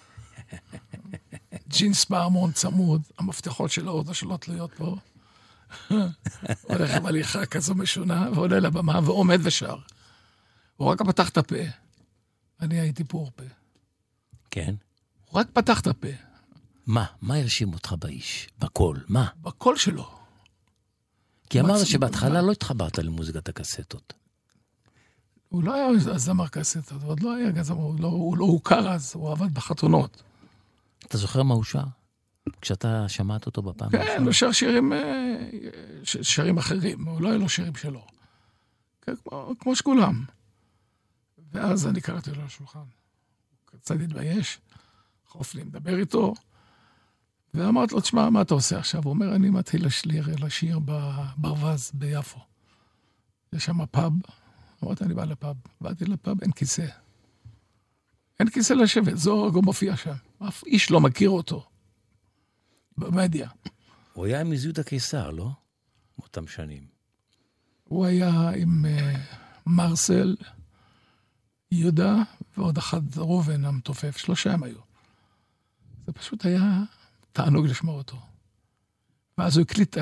ג'ינס בארמון צמוד, המפתחות של האוטו שלו תלויות פה. הולך עם הליכה כזו משונה, ועולה לבמה ועומד ושר. הוא רק פתח את הפה. אני הייתי פור פה. כן? הוא רק פתח את הפה. מה הרשים אותך באיש? בקול, מה? בקול שלו. כי אמרת שבהתחלה לא התחברת למוזיקת הקסטות. הוא לא היה זמר קסטות, עוד לא היה זמר, הוא לא הוכר אז, הוא עבד בחתונות. אתה זוכר מה הוא שר? כשאתה שמעת אותו בפעם? כן, הוא שר שירים אחרים, הוא לא היה לו שירים שלו. כן, כמו שכולם. ואז אני קראתי לו לשולחן. הוא קצת התבייש, חופני מדבר איתו, ואמרתי לו, תשמע, מה אתה עושה עכשיו? הוא אומר, אני מתחיל לשיר בברווז ביפו. יש שם פאב. אמרתי, אני בא לפאב. באתי לפאב, אין כיסא. אין כיסא לשבת, זוהר גם מופיע שם. אף איש לא מכיר אותו. במדיה. הוא היה עם יהודה קיסר, לא? באותם שנים. הוא היה עם מרסל, יהודה, ועוד אחד רובן המתופף. 3 הם היו. זה פשוט היה תענוג לשמוע אותו. ואז הוא הקליט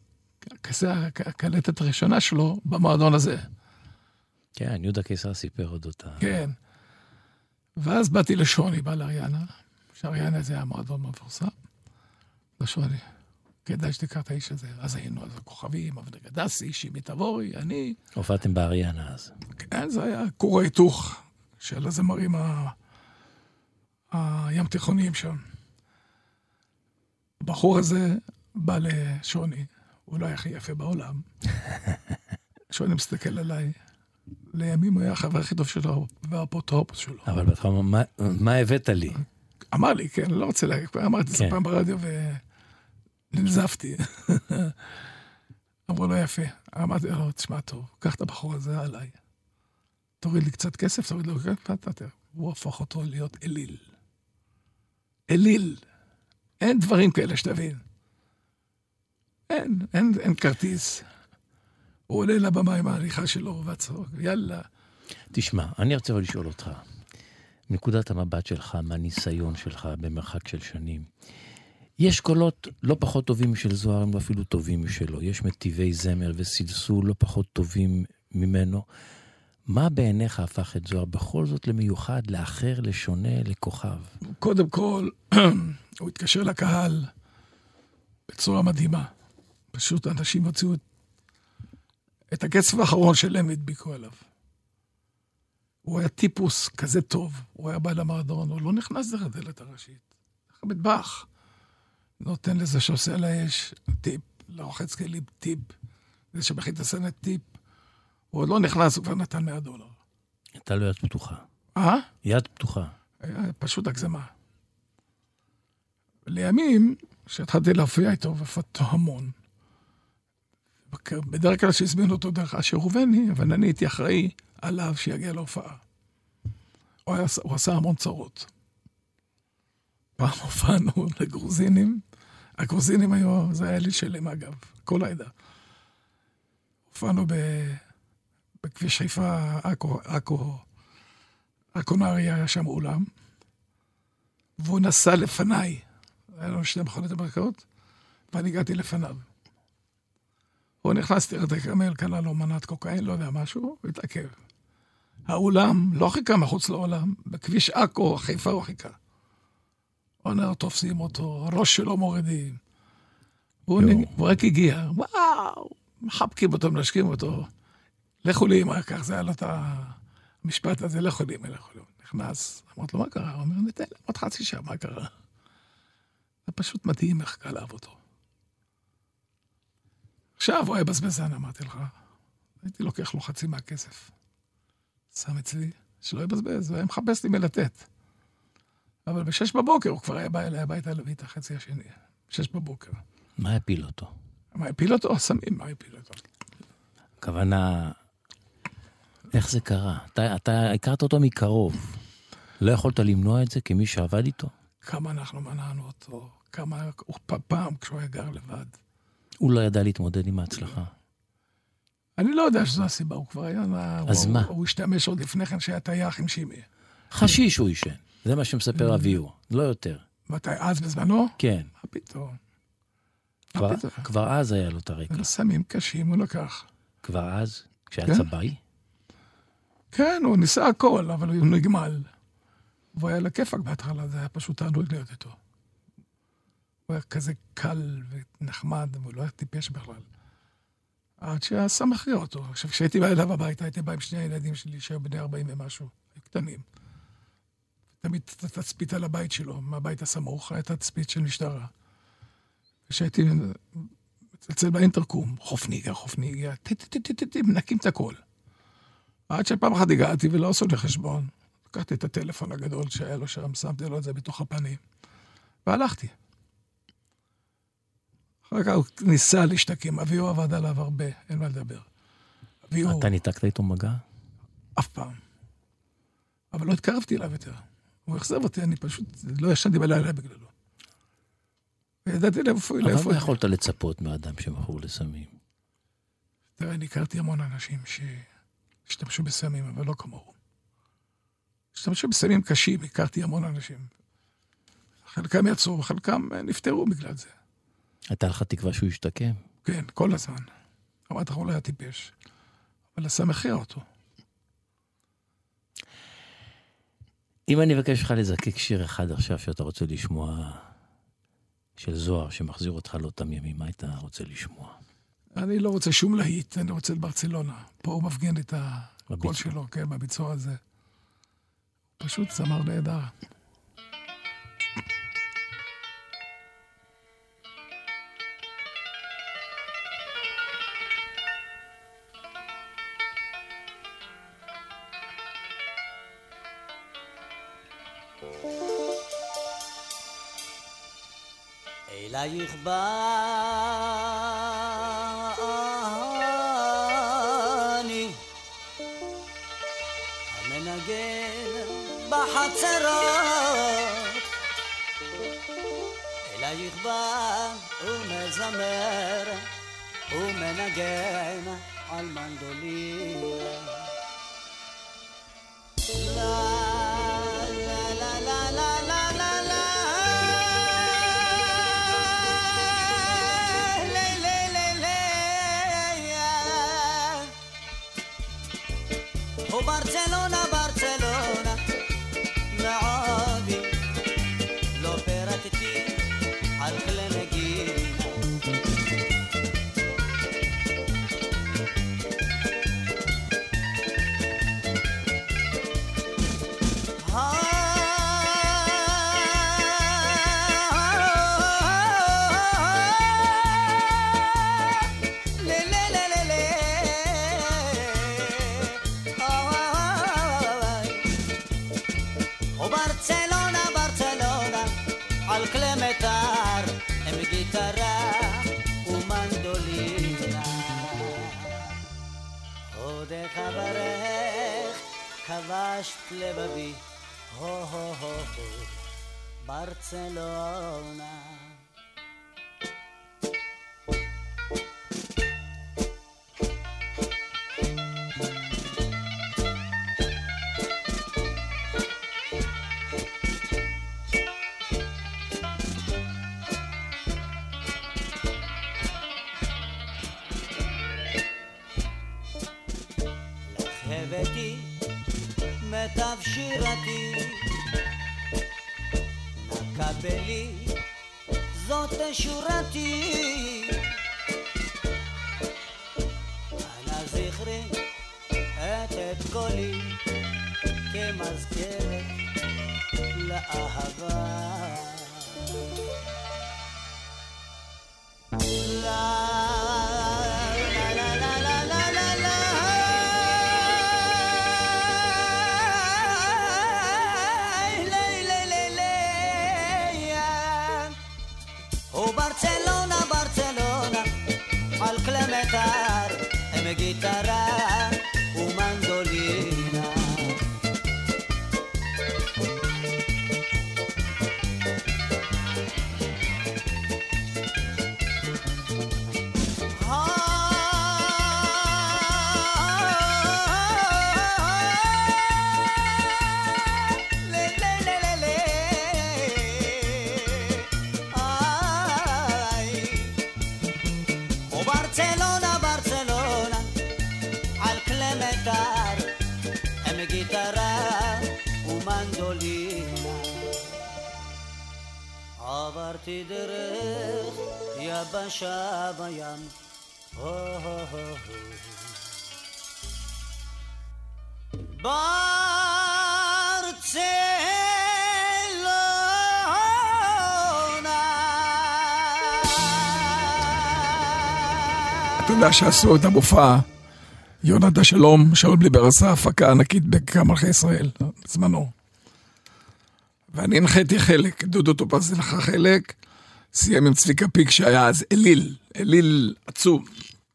הקלטת הראשונה שלו במועדון הזה. כן, יהודה קיסר סיפר עוד אותה. כן. ואז באתי לשוני, בא לאריאנה, שאריאנה זה היה מועדון מפורסם. לשוני, כדאי שתקרא את האיש הזה. אז היינו אז הכוכבים, אבנר גדסי, שימי תבורי, אני. הופעתם באריאנה אז. כן, זה היה כור ההיתוך של הזמרים הים תיכוניים שם. הבחור הזה בא לשוני, הוא לא היה הכי יפה בעולם. שוני מסתכל עליי, לימים הוא היה החבר הכי טוב שלו, והאפוטרופוס שלו. אבל בהתחלה, מה הבאת לי? אמר לי, כן, לא רוצה להגיד, אמרתי את זה פעם ברדיו וננזפתי. אמרו לו יפה. אמרתי לו, תשמע טוב, קח את הבחור הזה עליי. תוריד לי קצת כסף, תוריד לו קצת, הוא הפך אותו להיות אליל. אליל. אין דברים כאלה שתבין. אין כרטיס. הוא עולה לבמה עם ההליכה שלו, והצחוק, יאללה. תשמע, אני רוצה לשאול אותך, מנקודת המבט שלך, מהניסיון שלך במרחק של שנים, יש קולות לא פחות טובים משל זוהר, הם אפילו טובים משלו. יש מטיבי זמר וסלסול לא פחות טובים ממנו. מה בעיניך הפך את זוהר בכל זאת למיוחד, לאחר, לשונה, לכוכב? קודם כל, הוא התקשר לקהל בצורה מדהימה. פשוט אנשים הוציאו את הקצב האחרון שלהם והדביקו עליו. הוא היה טיפוס כזה טוב, הוא היה בא למועדון, הוא לא נכנס דרך הדלת הראשית. מטבח. נותן לזה שעושה על האש, טיפ, לרוחץ כלים, טיפ. זה שבחית הסנת טיפ. הוא עוד לא נכנס, הוא כבר נתן $100. הייתה לו יד פתוחה. יד פתוחה. היה פשוט הגזמה. לימים, שהתחלתי להופיע איתו, ופתו המון. בדרך כלל שהזמינו אותו דרך אשר ראובני, אבל אני הייתי אחראי עליו שיגיע להופעה. הוא עשה המון צרות. פעם הופענו לגרוזינים, הגרוזינים היו, זה היה לי שלם אגב, כל העדה. הופענו בכביש חיפה, עכו נהריה, היה שם אולם, והוא נסע לפניי, היה לנו 2 מכונות המרכאות, ואני הגעתי לפניו. הוא נכנס תירת הכרמל, קנה לו מנת קוקאין, לא יודע משהו, והתעכב. האולם לא חיכה מחוץ לאולם, בכביש עכו, חיפה הוא חיכה. עונר תופסים אותו, הראש שלו מורידים. הוא רק הגיע, וואו, מחבקים אותו, מנשקים אותו. לכו לי, מה כך, זה היה לו את המשפט הזה, לכו לי. נכנס, אמרת לו, מה קרה? הוא אומר, ניתן להם עוד חצי שעה, מה קרה? זה פשוט מדהים איך קל לאהב אותו. עכשיו הוא היה בזבזן, אמרתי לך. הייתי לוקח לו חצי מהכסף. שם אצלי, שלא יבזבז, הוא היה מחפש לי מלתת. אבל ב6 בבוקר הוא כבר היה בא אליי הביתה להביא את החצי השני. 6 בבוקר. מה הפיל אותו? מה הפיל אותו? סמים, מה הפיל אותו? הכוונה, איך זה קרה? אתה הכרת אותו מקרוב. לא יכולת למנוע את זה כמי שעבד איתו? כמה אנחנו מנענו אותו, כמה, פעם כשהוא היה גר לבד. הוא לא ידע להתמודד עם ההצלחה. אני לא יודע שזו הסיבה, הוא כבר היה... אז מה? הוא השתמש עוד לפני כן שהיה טייח עם שימי. חשיש הוא ישן. זה מה שמספר אביהו, לא יותר. מתי, אז בזמנו? כן. מה פתאום? כבר אז היה לו את הרקע. סמים קשים הוא לקח. כבר אז? כשהיה צבאי? כן, הוא ניסה הכל, אבל הוא נגמל. והוא היה לכיפק בהתחלה, זה היה פשוט תענוג להיות איתו. הוא היה כזה קל ונחמד, והוא לא היה טיפש בכלל. עד שהסם מכריע אותו. עכשיו, כשהייתי בא אליו הביתה, הייתי בא עם שני הילדים שלי, שהיו בני 40 ומשהו, קטנים. תמיד תצפית על הבית שלו, מהבית הסמוך, הייתה תצפית של משטרה. כשהייתי מצלצל באינטרקום, חופני הגיע, מנקים את הכל. עד שפעם אחת הגעתי ולא עשו לי חשבון. לקחתי את הטלפון הגדול שהיה לו שם, שמתי לו את זה בתוך הפנים, והלכתי. אחר כך הוא ניסה להשתקם, אביו עבד עליו הרבה, אין מה לדבר. אתה ניתקת איתו מגע? אף פעם. אבל לא התקרבתי אליו יותר. הוא החזב אותי, אני פשוט לא ישנתי בלילה בגללו. וידעתי לאיפה. אבל לא יכולת לצפות מאדם שמכור לסמים. תראה, אני הכרתי המון אנשים שהשתמשו בסמים, אבל לא כמוהו. השתמשו בסמים קשים, הכרתי המון אנשים. חלקם יצאו, חלקם נפטרו בגלל זה. הייתה לך תקווה שהוא ישתקם? כן, כל הזמן. אמרת, הוא לא היה טיפש. אבל הסם הכריע אותו. אם אני אבקש לך לזקק שיר אחד עכשיו שאתה רוצה לשמוע, של זוהר, שמחזיר אותך לאותם ימים, מה היית רוצה לשמוע? אני לא רוצה שום להיט, אני רוצה לברצלונה. פה הוא מפגין את הקול שלו, כן, בביצוע הזה. פשוט זמר נהדר. אלייך באני המנגן בחצרות, אלייך בא ומזמר ומנגן על מנדולינה. Barcelona, Barcelona, معادي لو بيرتتي على الكلمجينا. חברך כבשת לבבי, הו הו הו הו, ברצלונה. הבאתי מיטב שירתי, נקבלי זאת שורתי, אנא זכרי את קולי כמזכרת לאהבה. ברצלונה, ברצלונה, על קלמטר, עם גיטרה ומנדולינה. גיטרה ומנדולינה. עברתי דרך יבשה בים, אתה יודע שעשו את המופע, יונתן שלום, שאול בליבר עשה הפקה ענקית בכיכר מלכי ישראל, בזמנו. ואני הנחיתי חלק, דודו טופז לך חלק, סיים עם צביקה פיק שהיה אז אליל עצום.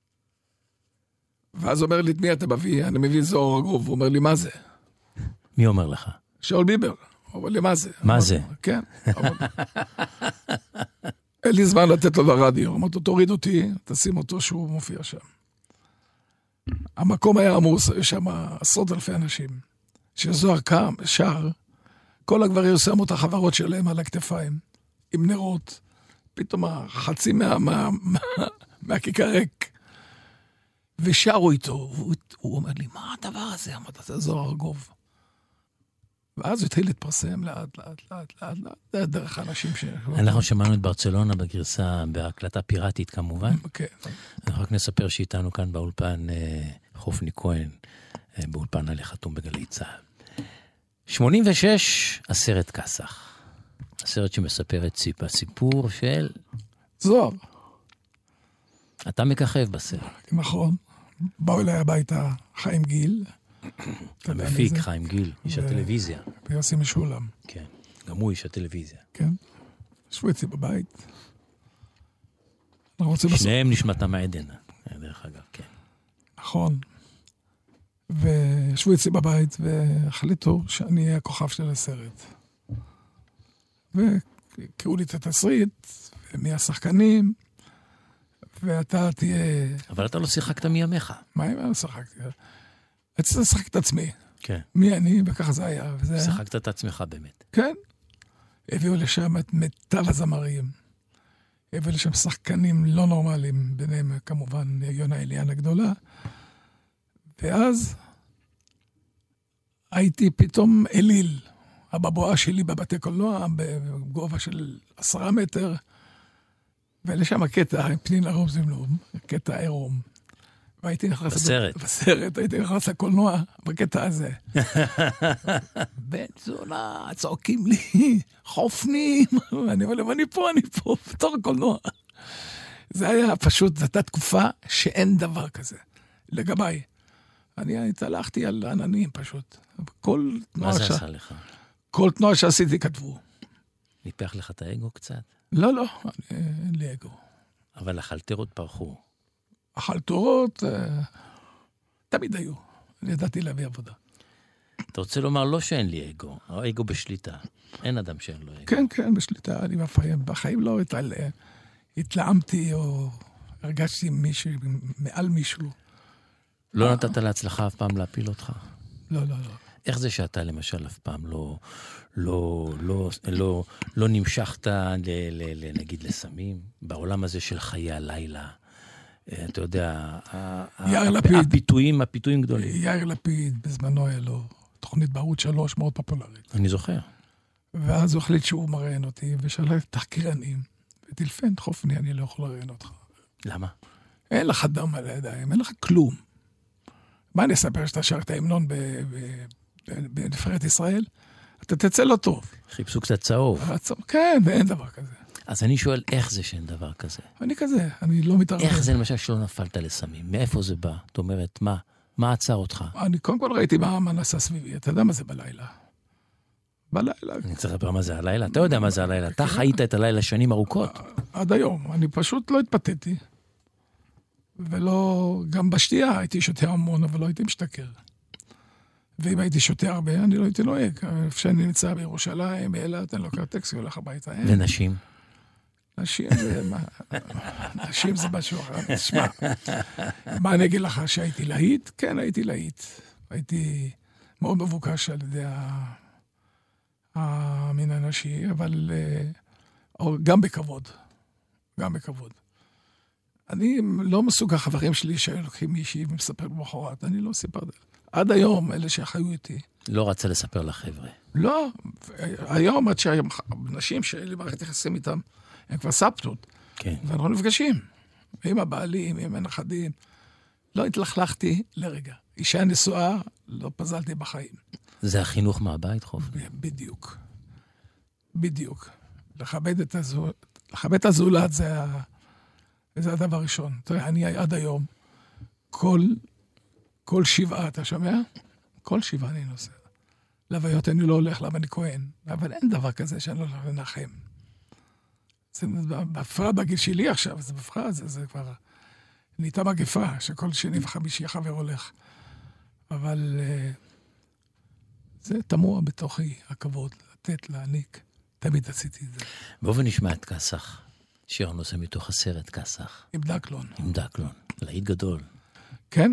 ואז אומר לי, את מי אתה מביא? אני מביא זוהר ארגוב. הוא אומר לי, מה זה? מי אומר לך? שאול ביבר. הוא אומר לי, מה זה? מה זה? כן. אין לי זמן לתת לו לרדיו. אמרת לו, תוריד אותי, תשים אותו שהוא מופיע שם. המקום היה עמוס, יש שם 10,000 אנשים. שזוהר קם, שר, כל הגברים שמו את החברות שלהם על הכתפיים, עם נרות. פתאום חצי מהכיכר ריק. ושרו איתו, הוא אומר לי, מה הדבר הזה? אמרת, זה זוהר ארגוב. ואז התחיל להתפרסם לאט, דרך האנשים אנחנו שמענו את ברצלונה בגרסה, בהקלטה פיראטית כמובן. כן. אנחנו רק נספר שאיתנו כאן באולפן חופני כהן, באולפן עלי חתום בגלי צהל. 86, הסרט כסח. הסרט שמספר את הסיפור של... זוהר. אתה מככב בסרט. נכון. באו אליי הביתה חיים גיל. המפיק חיים גיל, איש הטלוויזיה. ויוסי משולם. כן, גם הוא איש הטלוויזיה. כן. ישבו אצלי בבית. שניהם נשמתם העדן, דרך אגב, כן. נכון. וישבו אצלי בבית והחליטו שאני אהיה הכוכב של הסרט. וקראו לי את התסריט, ומי השחקנים, ואתה תהיה... אבל אתה לא שיחקת מימיך. מה אם לא שיחקתי? רציתי לשחק את עצמי. כן. מי אני, וככה זה היה. שיחקת את עצמך באמת. כן. הביאו לשם את מיטב הזמרים. הביאו לשם שחקנים לא נורמליים, ביניהם כמובן יונה אליאן הגדולה. ואז הייתי פתאום אליל. הבבואה שלי בבתי קולנוע, בגובה של 10 מטר, ולשם הקטע, פנינה רוזנבלום, קטע עירום. והייתי נכנס... בסרט, הייתי נכנס לקולנוע, בקטע הזה. בן זונה, צועקים לי, חופנים, ואני אומר להם, אני פה, בתור הקולנוע. זה היה פשוט, זו הייתה תקופה שאין דבר כזה. לגביי. אני התהלכתי על עננים פשוט. מה זה עשה לך? כל תנועה שעשיתי כתבו. ניפח לך את האגו קצת? לא, אין לי אגו. אבל החלטרות פרחו. החלטרות תמיד היו. אני ידעתי להביא עבודה. אתה רוצה לומר לא שאין לי אגו, האגו בשליטה. אין אדם שאין לו אגו. כן, בשליטה. אני בחיים לא התלעמתי או הרגשתי מישהו, מעל מישהו. לא נתת להצלחה אף פעם להפיל אותך? לא. איך זה שאתה למשל אף פעם לא נמשכת נגיד לסמים? בעולם הזה של חיי הלילה, אתה יודע, הפיתויים גדולים. יאיר לפיד, בזמנו היה לו תוכנית בערוץ 3 מאוד פופולרית. אני זוכר. ואז הוא החליט שהוא מראיין אותי, ושאלה תחקירנים, וטלפן, חופני, אני לא יכול לראיין אותך. למה? אין לך דם על הידיים, אין לך כלום. מה אני אספר שאתה שר את ההמנון בנבחרת ישראל? אתה תצא לא טוב. חיפשו קצת צהוב. כן, ואין דבר כזה. אז אני שואל, איך זה שאין דבר כזה? אני כזה, אני לא מתערב. איך זה למשל שלא נפלת לסמים? מאיפה זה בא? זאת אומרת, מה עצר אותך? אני קודם כל ראיתי מה נעשה סביבי. אתה יודע מה זה בלילה? בלילה. אני צריך לדבר מה זה הלילה? אתה יודע מה זה הלילה. אתה חיית את הלילה שנים ארוכות. עד היום. אני פשוט לא התפתיתי. ולא, גם בשתייה הייתי שותה המון, אבל לא הייתי משתכר. ואם הייתי שותה הרבה, אני לא הייתי נוהג. כשאני נמצא בירושלים, באילת, אני לוקח טקסי, הולך הביתה. ונשים? נשים זה משהו אחר. תשמע, מה אני אגיד לך, שהייתי להיט? כן, הייתי להיט. הייתי מאוד מבוקש על ידי המין הנשי, אבל גם בכבוד. גם בכבוד. אני לא מסוג החברים שלי שהיו לוקחים מישהי ומספר במחרת. אני עד היום, אלה שחיו איתי. לא רצה לספר לחבר'ה. לא, היום עד שהאנשים שלי מערכת יחסים איתם, הם כבר סבתות. כן. ואנחנו נפגשים. עם הבעלים, עם הנכדים. לא התלכלכתי לרגע. אישה נשואה, לא פזלתי בחיים. זה החינוך מהבית, חופני? בדיוק. בדיוק. לכבד את הזולת זה הדבר הראשון. תראה, אני עד היום, כל שבעה, אתה שומע? כל שבעה אני נוסע. לוויות אני לא הולך, למה אני כהן. אבל אין דבר כזה שאני לא הולך לנחם. זה בפרט בגיל שלי עכשיו, זה בפרט, זה כבר נהייתה מגפה, שכל שני וחמישי חבר הולך. אבל זה תמוה בתוכי, הכבוד, לתת, להעניק. תמיד עשיתי את זה. בואו ונשמע את כסח. שיר נושא מתוך הסרט כסח. עם דקלון. עם דקלון. להיט גדול. כן?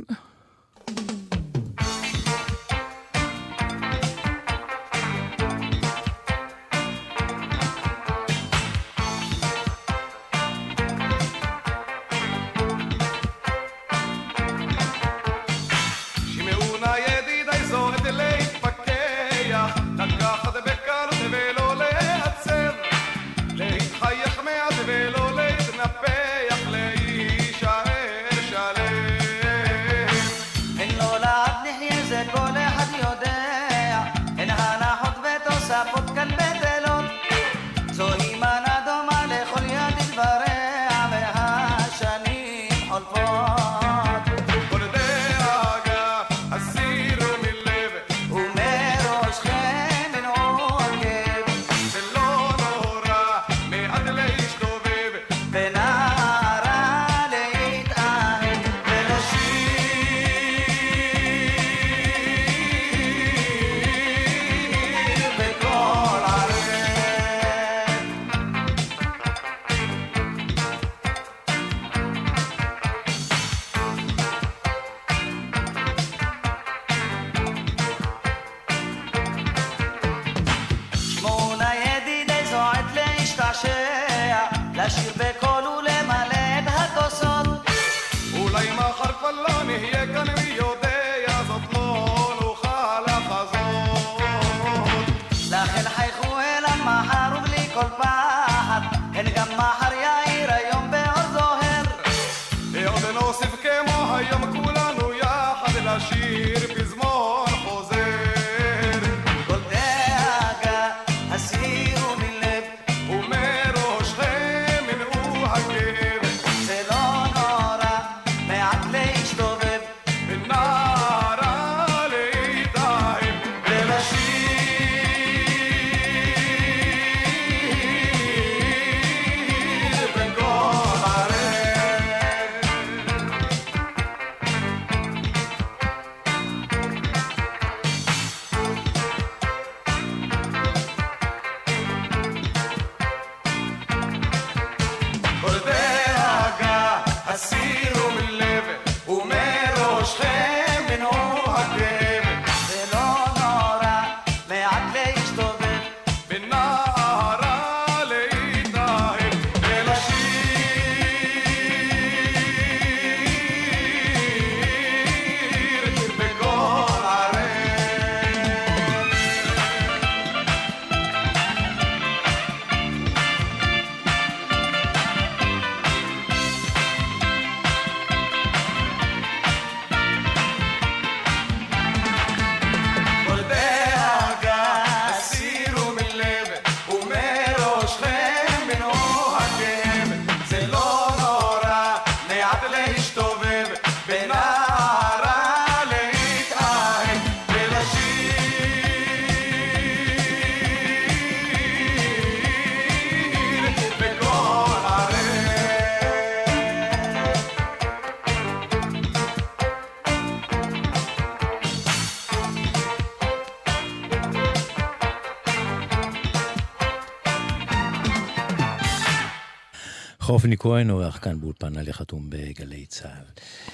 חופני כהן אורח כאן באולפן עלי חתום בגלי צהל.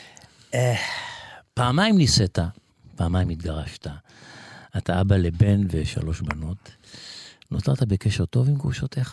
פעמיים ניסית, פעמיים התגרשת. אתה אבא לבן ו3 בנות. נותרת בקשר טוב עם גרושותיך?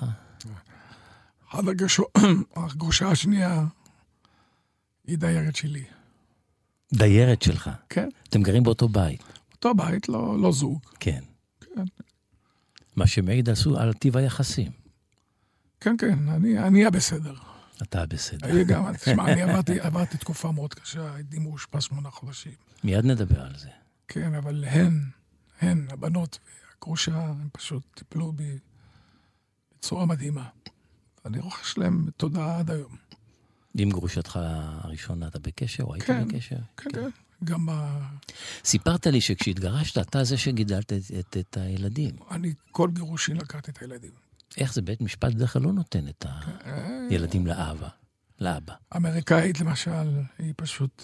הגרושה השנייה היא דיירת שלי. דיירת שלך. כן. אתם גרים באותו בית. אותו בית, לא זוג. כן. כן. מה שמעיד על טיב היחסים. כן, כן, אני בסדר. אתה בסדר. תשמע, אני עברתי תקופה מאוד קשה, הייתי מאושפז 8 חודשים. מיד נדבר על זה. כן, אבל הן, הבנות והגרושה, הם פשוט טיפלו בי בצורה מדהימה. ואני רוחש להם תודה עד היום. עם גרושתך הראשונה אתה בקשר, או היית בקשר? כן, כן. גם סיפרת לי שכשהתגרשת, אתה זה שגידלת את הילדים. אני כל גירושין לקחתי את הילדים. איך זה בית משפט בדרך כלל לא נותן את הילדים לאבא? אמריקאית למשל, היא פשוט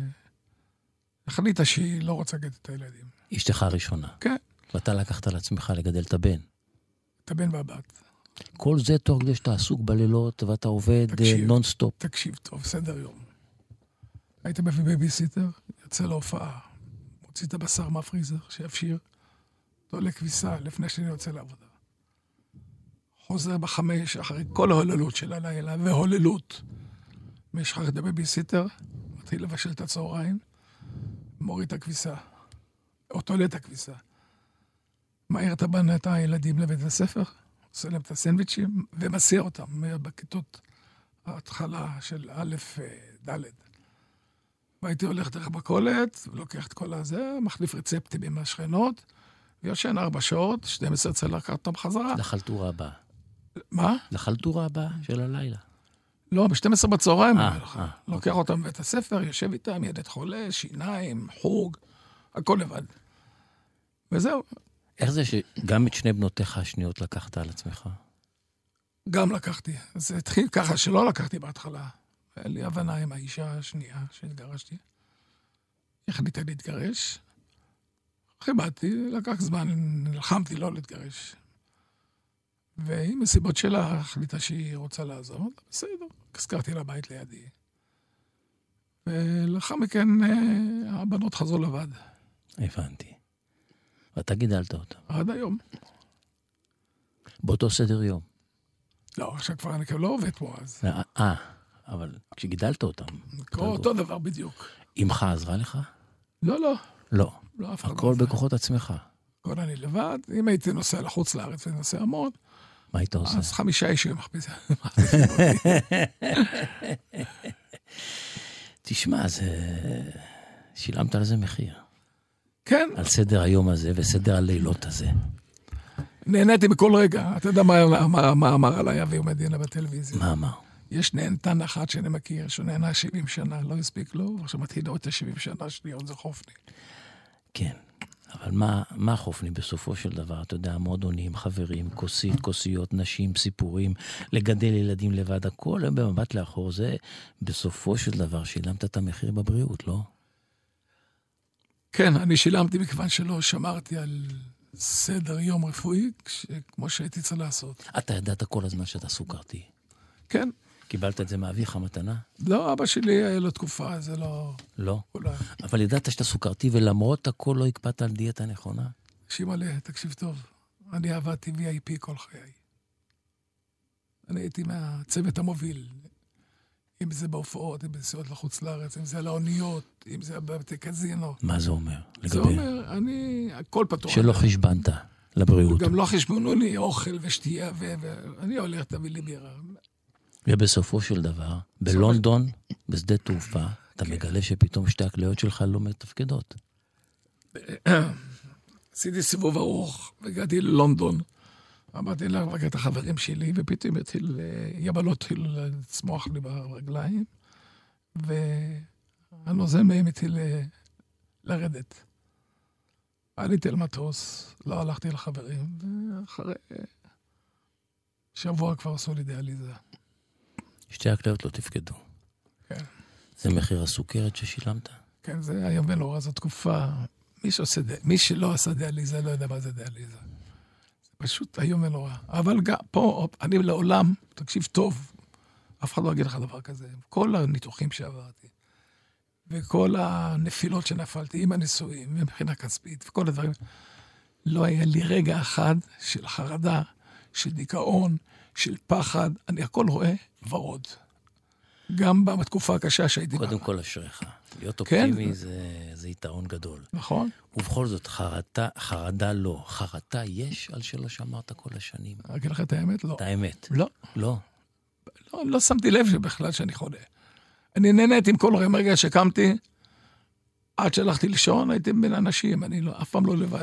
החליטה שהיא לא רוצה לגדל את הילדים. אשתך הראשונה. כן. ואתה לקחת על עצמך לגדל את הבן. את הבן והבת. כל זה תוך כדי שאתה עסוק בלילות ואתה עובד נונסטופ. תקשיב טוב, סדר יום. היית מביא בייביסיטר, יוצא להופעה, מוציא את הבשר מהפריזר, שיפשיר, תולה כביסה לפני שאני יוצא לעבודה. חוזר ב5, אחרי כל ההוללות של הלילה, והוללות. משחרר את הבייביסיטר, מתחיל לבשל את הצהריים, מוריד את הכביסה, או תולה את הכביסה. מהיר את הילדים לבית הספר, עושה להם את הסנדוויצ'ים, ומסיע אותם בכיתות ההתחלה של א' ד'. והייתי הולך דרך בקולת, לוקח את כל הזה, מחליף רצפטים עם השכנות, ויושן 4 שעות, 12 צריך לקחת אותם חזרה. לחלטורה הבאה. מה? לחלטורה הבאה של הלילה. לא, ב-12 בצהריים. לוקח אותם בבית הספר, יושב איתם, ילד חולה, שיניים, חוג, הכל לבד. וזהו. איך זה שגם את שני בנותיך השניות לקחת על עצמך? גם לקחתי. זה התחיל ככה שלא לקחתי בהתחלה. היה לי הבנה עם האישה השנייה שהתגרשתי. החליטה להתגרש. חיבדתי, לקח זמן, נלחמתי לא להתגרש. והיא מסיבות שלה החליטה שהיא רוצה לעזור. בסדר, הזכרתי לה בית לידי. ולאחר מכן הבנות חזרו לבד. הבנתי. ואתה גידלת אותה. עד היום. באותו סדר יום. לא, עכשיו כבר אני לא עובד פה אז. אבל כשגידלת אותם. אותו דבר בדיוק. אמך עזרה לך? לא. לא. הכל בכוחות עצמך. הכל אני לבד. אם הייתי נוסע לחוץ לארץ ונוסע המון, מה היית עושה? אז 5 אישים מחפיזים. תשמע, שילמת על זה מחיר. כן. על סדר היום הזה וסדר הלילות הזה. נהניתי בכל רגע. אתה יודע מה אמר עליי אבי ומדינה בטלוויזיה? מה אמר? יש נהנתן אחת שאני מכיר, שהוא נהנה 70 שנה, לא הספיק לו, ועכשיו מתחיל עוד את ה-70 שנה שלי, עוד זה חופני. כן, אבל מה חופני בסופו של דבר? אתה יודע, מועדונים, חברים, כוסיות, נשים, סיפורים, לגדל ילדים לבד, הכל במבט לאחור, זה בסופו של דבר שילמת את המחיר בבריאות, לא? כן, אני שילמתי מכיוון שלא שמרתי על סדר יום רפואי, כמו שהייתי צריך לעשות. אתה ידעת כל הזמן שאתה סוכרתי. כן. קיבלת את זה מאביך המתנה? לא, אבא שלי היה לו תקופה, זה לא... לא? אולי. אבל ידעת שאתה סוכרתי, ולמרות הכל לא הקפאת על דיאטה נכונה? שימלא, תקשיב טוב. אני עבדתי VIP כל חיי. אני הייתי מהצוות המוביל. אם זה בהופעות, אם זה נסיעות לחוץ לארץ, אם זה על האוניות, אם זה בבתי קזינו. מה זה אומר? זה אומר, הכל פתוח. שלא חשבנת לבריאות. גם לא חשבונו לי אוכל ושתייה, ואני הולך תביא לי בירה. ובסופו של דבר, בלונדון, בשדה תעופה, אתה מגלה שפתאום שתי הכליות שלך לא מתפקדות. עשיתי סיבוב ארוך, והגעתי ללונדון. אמרתי לבקר את החברים שלי, ופתאום יבלות התחילו לצמוח לי ברגליים, והנוזל מהם התחיל לרדת. עליתי למטוס, לא הלכתי לחברים, ואחרי שבוע כבר עשו לי דיאליזה. שתי הכליות לא תפקדו. כן. זה מחיר הסוכרת ששילמת? כן, זה היום ונורא, זו תקופה. מי שלא עשה דיאליזה לא יודע מה זה דיאליזה. זה פשוט היום ונורא. אבל גם פה, אני לעולם, תקשיב טוב, אף אחד לא יגיד לך דבר כזה. כל הניתוחים שעברתי, וכל הנפילות שנפלתי עם הניסויים, מבחינה כספית, וכל הדברים, לא היה לי רגע אחד של חרדה, של דיכאון, של פחד, אני הכל רואה ורוד. גם בתקופה הקשה שהייתי בה. קודם כל אשריך. להיות אופטימי זה יתרון גדול. נכון. ובכל זאת, חרדה לא. חרטה יש על שלא שמרת כל השנים. אגיד לך את האמת? לא. את האמת? לא. לא. לא שמתי לב שבכלל שאני חולה. אני נהניתי עם כל רגע שקמתי, עד שהלכתי לישון, הייתי בין אנשים, אני אף פעם לא לבד.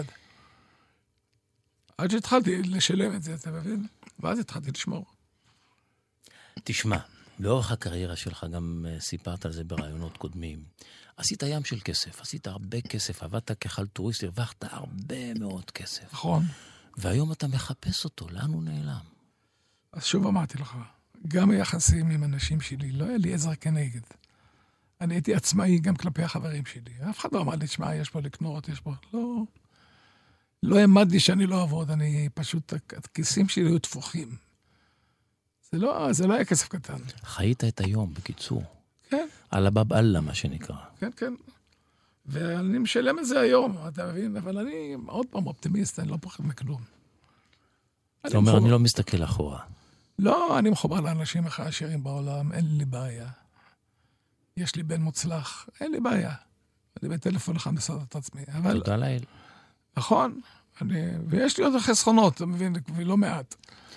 עד שהתחלתי לשלם את זה, אתה מבין? ואז התחלתי לשמור. תשמע, לאורך הקריירה שלך גם סיפרת על זה ברעיונות קודמים. עשית ים של כסף, עשית הרבה כסף, עבדת כחלטוריסט, הרווחת הרבה מאוד כסף. נכון. והיום אתה מחפש אותו, לאן הוא נעלם? אז שוב אמרתי לך, גם היחסים עם אנשים שלי, לא היה לי עזר כנגד. אני הייתי עצמאי גם כלפי החברים שלי. אף אחד לא אמר לי, שמע, יש פה לקנות, יש פה... לא העמדתי שאני לא אעבוד, אני פשוט, הכיסים שלי היו תפוחים. זה לא היה כסף קטן. חיית את היום, בקיצור. כן. על הבב אללה, מה שנקרא. כן, כן. ואני משלם את זה היום, אתה מבין? אבל אני עוד פעם אופטימיסט, אני לא פוחד מכלום. זאת אומרת, אני לא מסתכל אחורה. לא, אני מחובר לאנשים העשירים בעולם, אין לי בעיה. יש לי בן מוצלח, אין לי בעיה. אני בטלפון לך מסעד את עצמי. תודה לאל. נכון, ויש לי עוד חסכונות, אתה מבין, ולא מעט.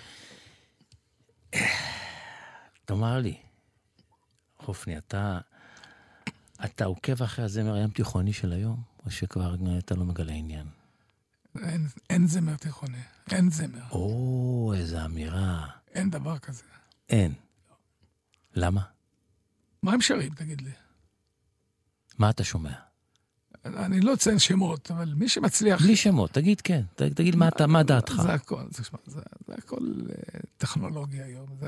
תאמר לי, חופני, אתה עוקב אחרי הזמר הים תיכוני של היום, או שכבר אתה לא מגלה עניין? אין זמר תיכוני, אין זמר. או, איזו אמירה. אין דבר כזה. אין. למה? מה הם שרים, תגיד לי? מה אתה שומע? אני לא אציין שמות, אבל מי שמצליח... בלי שמות, תגיד כן. תגיד מה דעתך. זה הכל, זה הכל טכנולוגיה היום, זה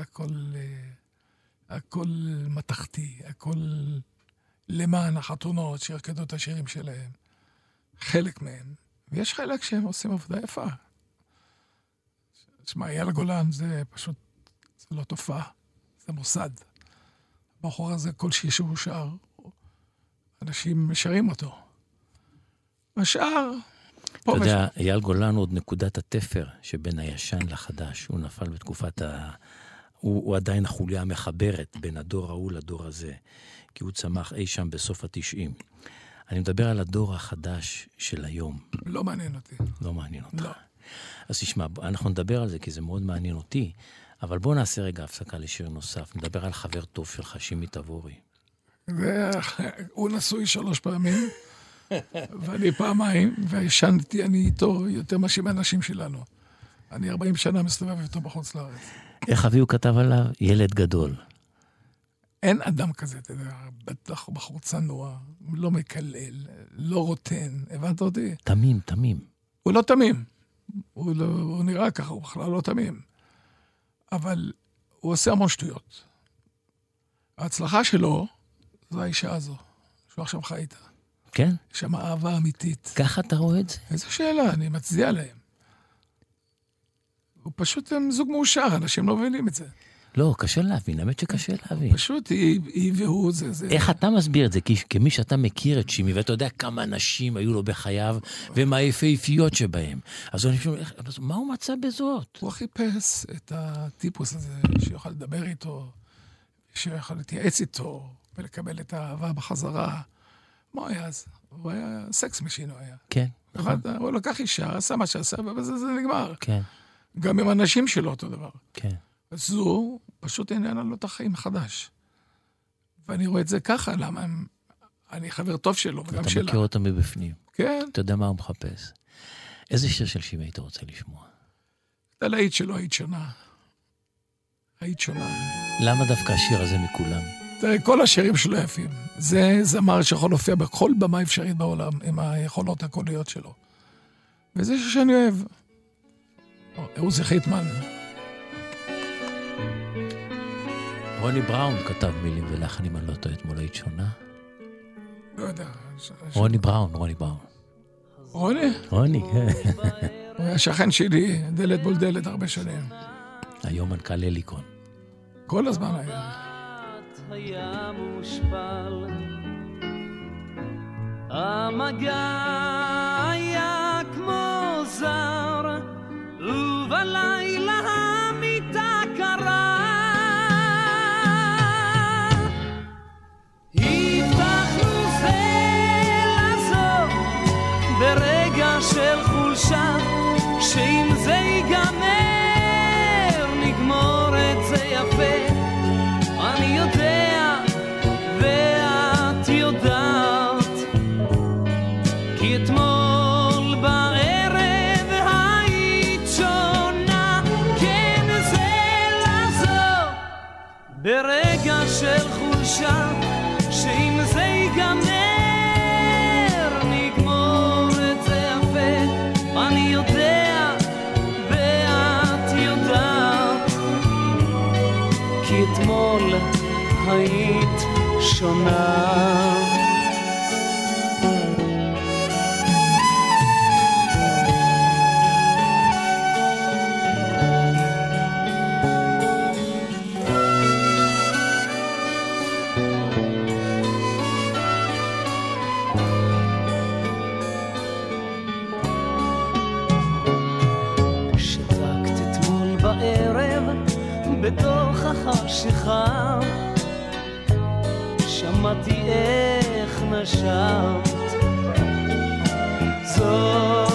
הכל מתחתי, הכל למען החתונות שירקדו את השירים שלהם. חלק מהם. ויש חלק שהם עושים עבודה יפה. תשמע, אייל גולן זה פשוט, זה לא תופעה, זה מוסד. בחור הזה, כל שהוא שר, אנשים משרים אותו. השאר... אתה יודע, אייל גולן הוא עוד נקודת התפר שבין הישן לחדש. הוא נפל בתקופת הוא עדיין החוליה המחברת בין הדור ההוא לדור הזה, כי הוא צמח אי שם בסוף ה-90. אני מדבר על הדור החדש של היום. לא מעניין אותי. לא מעניין אותך. לא. אז תשמע, אנחנו נדבר על זה כי זה מאוד מעניין אותי, אבל בוא נעשה רגע הפסקה לשיר נוסף. נדבר על חבר טוב שלך, שימי תבורי. הוא נשוי 3 פעמים, ואני פעמיים, וישנתי אני איתו יותר משהו מהאנשים שלנו. אני 40 שנה מסתובב איתו בחוץ לארץ. איך אביהו כתב עליו? ילד גדול. אין אדם כזה, אתה יודע, בטח בחור צנוע, לא מקלל, לא רוטן, הבנת אותי? תמים. הוא לא תמים. הוא נראה ככה, הוא בכלל לא תמים. אבל הוא עושה המון שטויות. ההצלחה שלו, זו האישה הזו, שהוא עכשיו חי איתה. כן? יש שם אהבה אמיתית. ככה אתה רואה את זה? איזו שאלה, אני מצדיע להם. הוא פשוט זוג מאושר, אנשים לא מבינים את זה. לא, קשה להבין, האמת שקשה להבין. פשוט היא והוא זה... איך אתה מסביר את זה? כמי שאתה מכיר את שימי, ואתה יודע כמה אנשים היו לו בחייו, ומה היפהפיות שבהם. אז אני חושב, מה הוא מצא בזאת? הוא חיפש את הטיפוס הזה, שיוכל לדבר איתו, שיוכל להתייעץ איתו, ולקבל את האהבה בחזרה. מה היה אז? הוא היה סקס משין, הוא היה. כן. הוא לקח אישה, עשה מה שעשה, ובזה זה נגמר. כן. גם עם אנשים שלו אותו דבר. כן. אז זו פשוט עניין לו את החיים מחדש. ואני רואה את זה ככה, למה אני חבר טוב שלו וגם שלה. אתה מכיר אותו מבפנים. כן. אתה יודע מה הוא מחפש. איזה שיר של שימי היית רוצה לשמוע? את הלהיט שלו, היית שונה. היית שונה. למה דווקא השיר הזה מכולם? תראה, כל השירים שלו יפים. זה זמר שיכול להופיע בכל במה אפשרית בעולם, עם היכולות הקוליות שלו. וזה שאני אוהב. עוזי חיטמן. רוני בראון כתב מילים ולחנים, אני לא טועה, אתמול היית שונה. לא יודע. רוני בראון. רוני, כן. הוא היה שכן שלי, דלת מול דלת הרבה שנים. היום מנכ"ל אליקון. כל הזמן היה. היה מושפל, המגע היה כמו זר, ובלילה המיטה קרה, ברגע של חולשה, שאם זה ייגמר נגמור את זה יפה. אני יודע ואת יודעת, כי אתמול בערב היית שונה. כן, זה לעזור ברגע של חולשה, שאם זה ייגמר נגמור את זה יפה. אני יודע ואת יודעת, כי אתמול היית שונה. שתקת אתמול בערב בתוך החשיכה, שמעתי איך נשמת. זו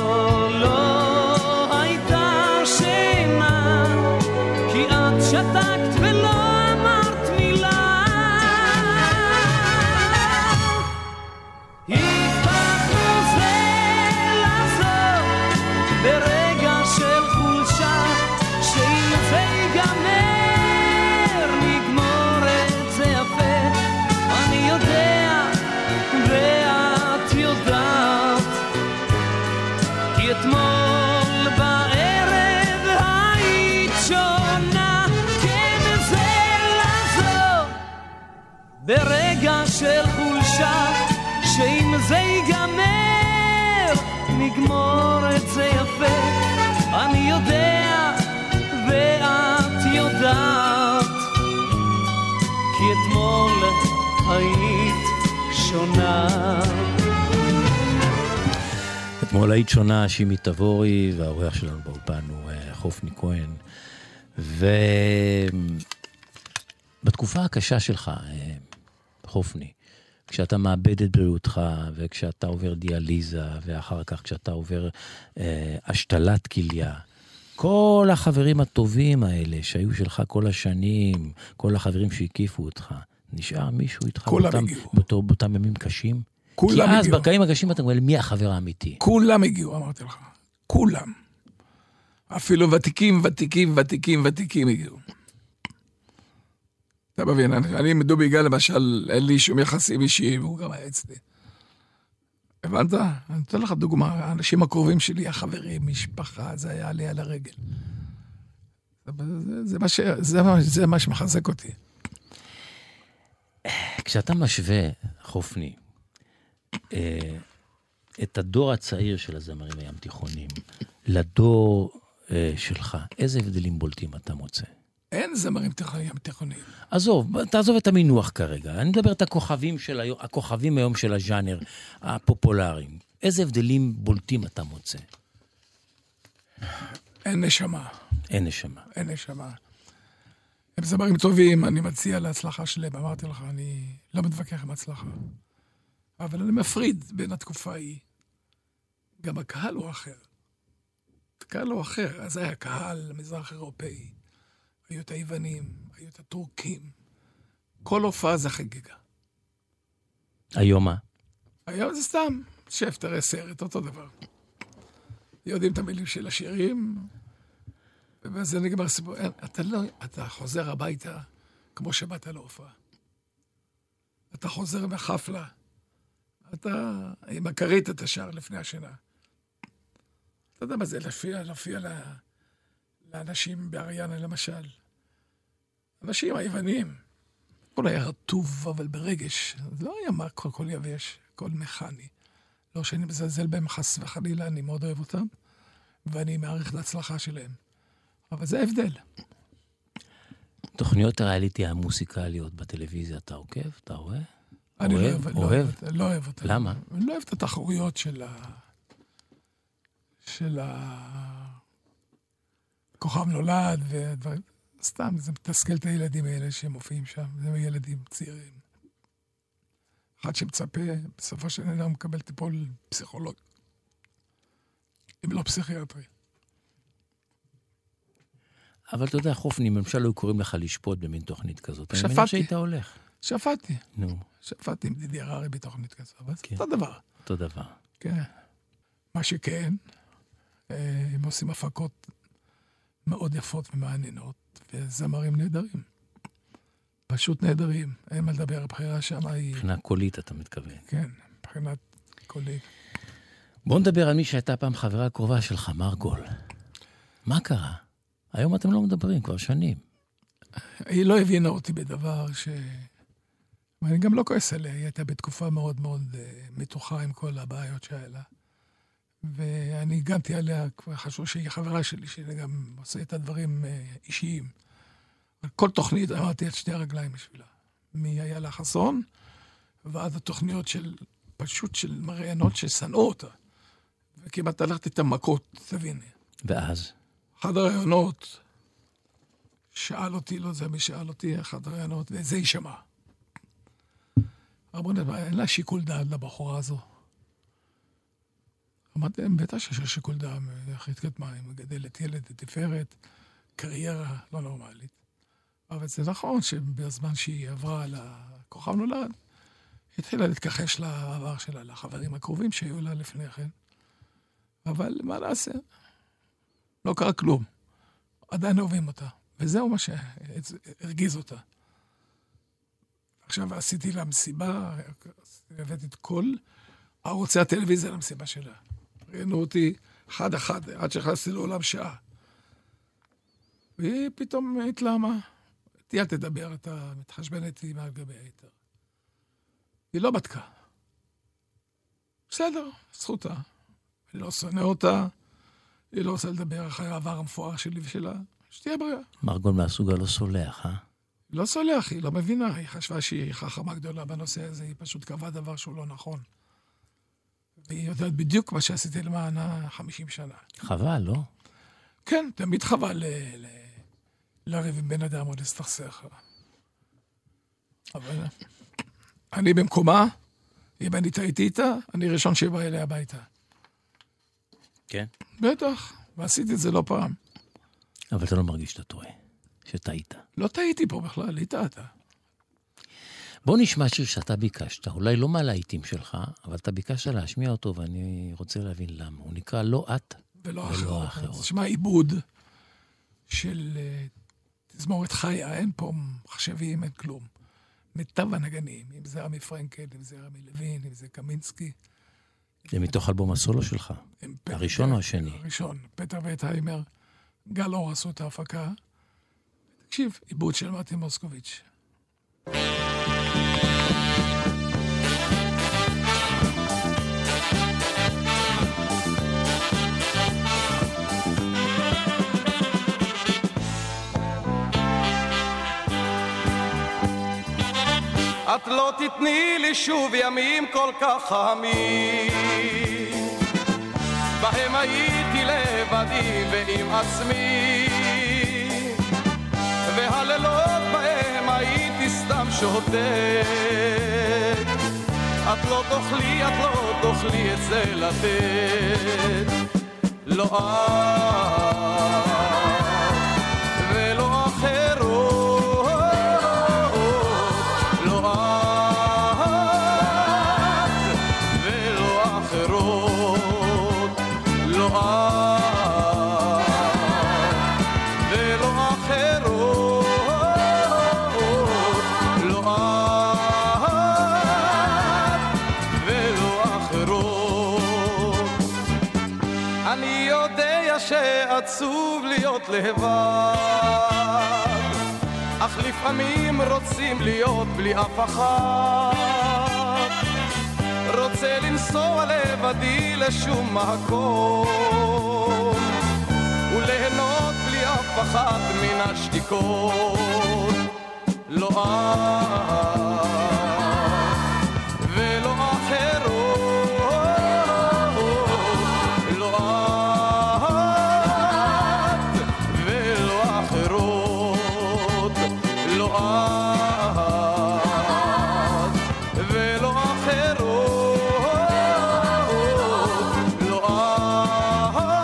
לא הייתה שינה, כי את שתקת ולא אמרת מילה. הבטחנו זה לעזור ברגע של חולשה, שאם זה ייגמר נגמור את זה יפה. אני יודע ואת יודעת, כי אתמול בערב היית שונה. כן, זה לעזור ברגע של חולשה, שאם זה ייגמר נגמור את זה יפה. אני יודע ואת יודעת, כי אתמול היית שונה. אתמול היית שונה, שימי תבורי, והאורח שלנו באולפן הוא חופני כהן. ובתקופה הקשה שלך, חופני, כשאתה מאבד את בריאותך, וכשאתה עובר דיאליזה, ואחר כך כשאתה עובר השתלת כליה, כל החברים הטובים האלה שהיו שלך כל השנים, כל החברים שהקיפו אותך, נשאר מישהו איתך באותם ימים קשים? כי אז בקיים הקשים אתה אומר, מי החבר האמיתי? כולם הגיעו, אמרתי לך. כולם. אפילו ותיקים הגיעו. אתה מבין, אני עם דובי גל למשל, אין לי שום יחסים אישיים, והוא גם היה אצלי. הבנת? אני אתן לך דוגמה, האנשים הקרובים שלי, החברים, משפחה, זה היה לי על הרגל. זה מה שמחזק אותי. כשאתה משווה, חופני, את הדור הצעיר של הזמרים הים תיכונים, לדור שלך, איזה הבדלים בולטים אתה מוצא? אין זמרים ים תיכונים. עזוב, תעזוב את המינוח כרגע. אני מדבר את הכוכבים היום של הז'אנר, הפופולריים. איזה הבדלים בולטים אתה מוצא? אין נשמה. אין נשמה. אין נשמה. הם זמרים טובים, אני מציע להצלחה שלהם. אמרתי לך, אני לא מתווכח עם הצלחה. אבל אני מפריד בין התקופה ההיא. גם הקהל הוא אחר. הקהל הוא אחר. אז היה קהל מזרח אירופאי. היו את היוונים, היו את הטורקים. כל הופעה זה חגיגה. היום מה? היום זה סתם. שף, תראה סרט, אותו דבר. יודעים את המילים של השירים, וזה נגמר סיפור. אתה חוזר הביתה כמו שבאת להופעה. אתה חוזר מחפלה. אתה עם הכרית אתה שר לפני השינה. אתה יודע מה זה? להופיע לאנשים באריאנה למשל. אנשים היוונים. הכל היה רטוב, אבל ברגש. לא היה מה כל יבש, כל מכני. לא שאני מזלזל בהם חס וחלילה, אני מאוד אוהב אותם, ואני מעריך להצלחה שלהם. אבל זה ההבדל. תוכניות הריאליטי המוסיקליות בטלוויזיה, אתה עוקב? אתה רואה? אני אוהב? לא אוהב אותם. למה? אני לא אוהב את התחרויות של כוכב נולד ודברים. סתם, זה מתסכל את הילדים האלה שהם מופיעים שם. זה ילדים צעירים. אחד שמצפה, בסופו של דבר מקבל טיפול אם לא פסיכיאטרי. אבל אתה יודע, חופני, ממשל לא קוראים לך לשפוט במין תוכנית כזאת. שפטתי. אני מניח שהיית הולך. שפטתי. נו. שפטתי עם דידי הררי בתוכנית כזאת. אבל זה כן. אותו דבר. אותו דבר. כן. מה שכן, הם עושים הפקות מאוד יפות ומעניינות, וזמרים נהדרים. פשוט נהדרים. אין מה לדבר, הבחירה שם היא... מבחינה קולית, אתה מתכוון. כן, מבחינת קולית. בוא נדבר על מי שהייתה פעם חברה הקרובה שלך, מרגול. מה קרה? היום אתם לא מדברים, כבר שנים. היא לא הבינה אותי בדבר ש... ואני גם לא כועס עליה, היא הייתה בתקופה מאוד מאוד מתוחה עם כל הבעיות שהיה לה. ואני הגנתי עליה, חשוב שהיא חברה שלי, שהיא גם עושה את הדברים אישיים. כל תוכנית אמרתי את שתי הרגליים בשבילה. מי היה לה חסון, ועד התוכניות של, פשוט של מראיינות ששנאו אותה. וכמעט הלכתי את המכות, תביני. ואז? אחד הרעיונות, שאל אותי, לא זה מי שאל אותי, אחד הרעיונות, וזה יישמע. רבוני, אין לה שיקול דעת לבחורה הזו. אמרתי, בטח שיש שיקול דעת, חתקת מים, גדלת ילד, תפארת, קריירה לא נורמלית. אבל זה נכון שבזמן שהיא עברה לכוכב נולד, היא התחילה להתכחש לעבר שלה, לחברים הקרובים שהיו לה לפני כן. אבל מה נעשה? לא קרה כלום. עדיין אוהבים אותה. וזהו מה שהרגיז אותה. עכשיו עשיתי לה מסיבה, הבאתי את כל ערוצי הטלוויזיה למסיבה שלה. ראינו אותי אחד, עד שהכנסתי לעולם שעה. והיא פתאום התלהמה. תהיה תדבר, אתה מתחשבן איתי מעל גבי היתר. היא לא בדקה. בסדר, זכותה. אני לא שונא אותה, היא לא רוצה לדבר אחרי העבר המפואר שלי ושלה. שתהיה בריאה. מרגול מהסוג הלא סולח, אה? לא סולח, היא לא מבינה. היא חשבה שהיא חכמה גדולה בנושא הזה, היא פשוט קבעה דבר שהוא לא נכון. והיא יודעת בדיוק מה שעשיתי למענה 50 שנה. חבל, לא? כן, תמיד חבל לריב עם בן אדם או להסתכסך. אבל אני במקומה, אם אני טעיתי איתה, אני ראשון שבא אליה הביתה. כן. בטח, ועשיתי את זה לא פעם. אבל אתה לא מרגיש שאתה טועה, שטעית. לא טעיתי פה בכלל, היא טעתה. בוא נשמע שיר שאתה ביקשת, אולי לא מהלהיטים שלך, אבל אתה ביקשת להשמיע אותו, ואני רוצה להבין למה. הוא נקרא לא את ולא האחרות. זה שמה עיבוד של תזמורת חיה, אין פה מחשבים, אין כלום. מיטב הנגנים, אם זה רמי פרנקל, אם זה רמי לוין, אם זה קמינסקי. זה מתוך אלבום הסולו שלך? הראשון או השני? הראשון, פטר וטהיימר, גל אור עשו את ההפקה. תקשיב, עיבוד של מתי מוסקוביץ'. את לא תתני לי שוב ימים כל כך חמים, בהם הייתי לבדי ועם עצמי, והלילות בהם הייתי סתם שותק. את לא תוכלי את זה לתת, לא את ולא אחרות, לא את ולא אחרות, לא את ולא אחרות, לא את ולא אחרות. אני יודע שעצוב להיות לבד, אך לפעמים רוצים להיות בלי אף אחד. רוצה לנסוע לבדי לשום מקום, וליהנות בלי אף אחד מן השתיקות. לא את ולא אחרות, לא את ולא אחרות, לא את ולא אחרות, לא את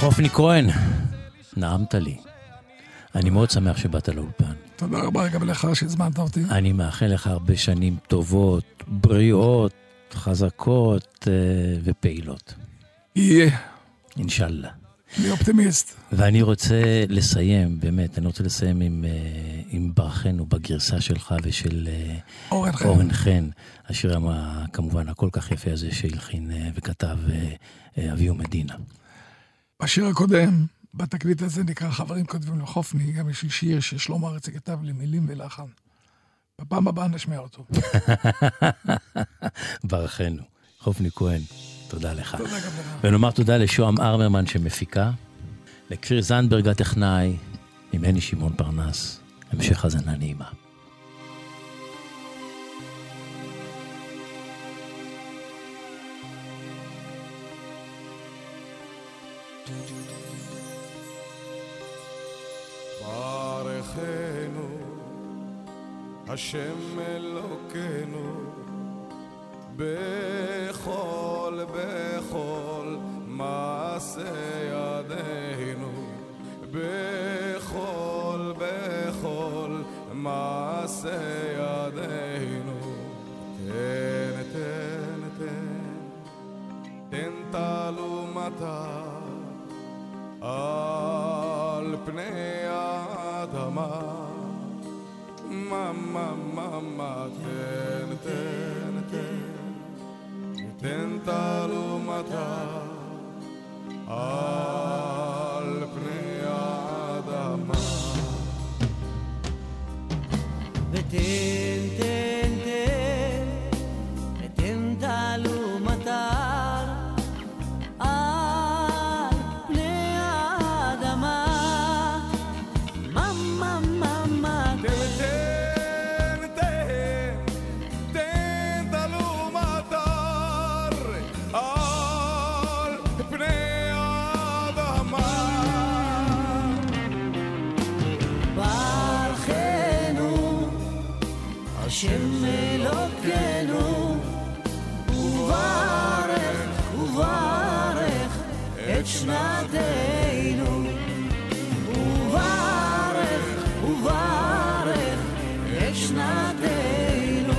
חופני כהן, נעמת לי. אני מאוד שמח שבאת לאולפן. תודה רבה גם לך שהזמנת אותי. אני מאחל לך הרבה שנים טובות, בריאות, חזקות ופעילות. יהיה. אינשאללה. אני אופטימיסט. ואני רוצה לסיים, באמת, אני רוצה לסיים עם ברכנו בגרסה שלך ושל אורן חן, השיר כמובן הכל כך יפה הזה שהלחין וכתב אביהו מדינה. בשיר הקודם, בתקליט הזה נקרא חברים כותבים לחופני, גם יש לי שיר ששלמה ארצי כתב לי מילים ולחן. בפעם הבאה נשמע אותו. ברכנו. חופני כהן, תודה לך. תודה גם לך. ונאמר תודה לשועם ארמרמן שמפיקה, לכפיר זנדברג הטכנאי, ממני שמעון פרנס. המשך הזנה נעימה. ברכנו השם אלוקינו בכל מעשה ידינו בכל מעשה ידינו תן תלומתה על פני האדמה ממה תן תלומתה על פני האדמה ותן תלומתה על פני האדמה ממה תן תלומתה על פני האדמה ברכנו השם אלוקינו וברך את שנתנו וברך את שנתנו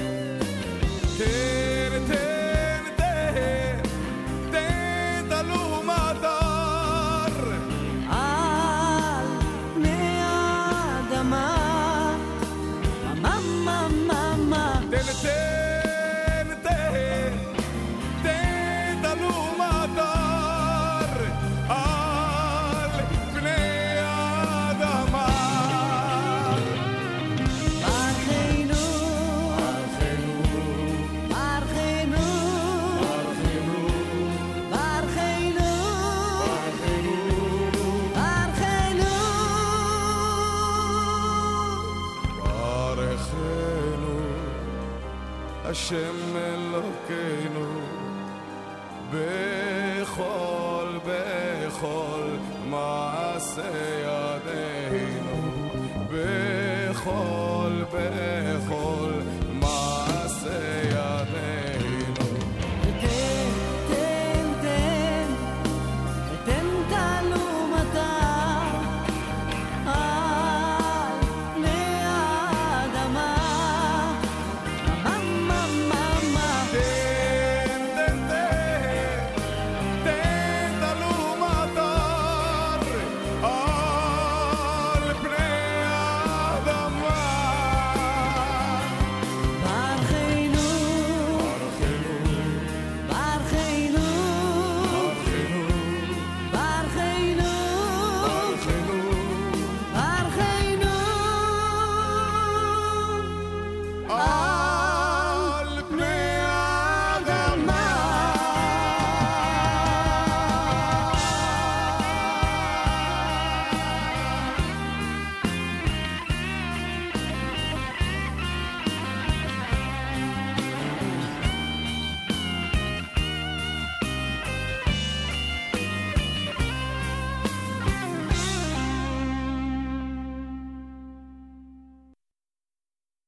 תן תלומתה על פני האדמה ממה תן תלומתה על פני האדמה ברכנו השם אלוקינו בכל מעשה ידינו בכל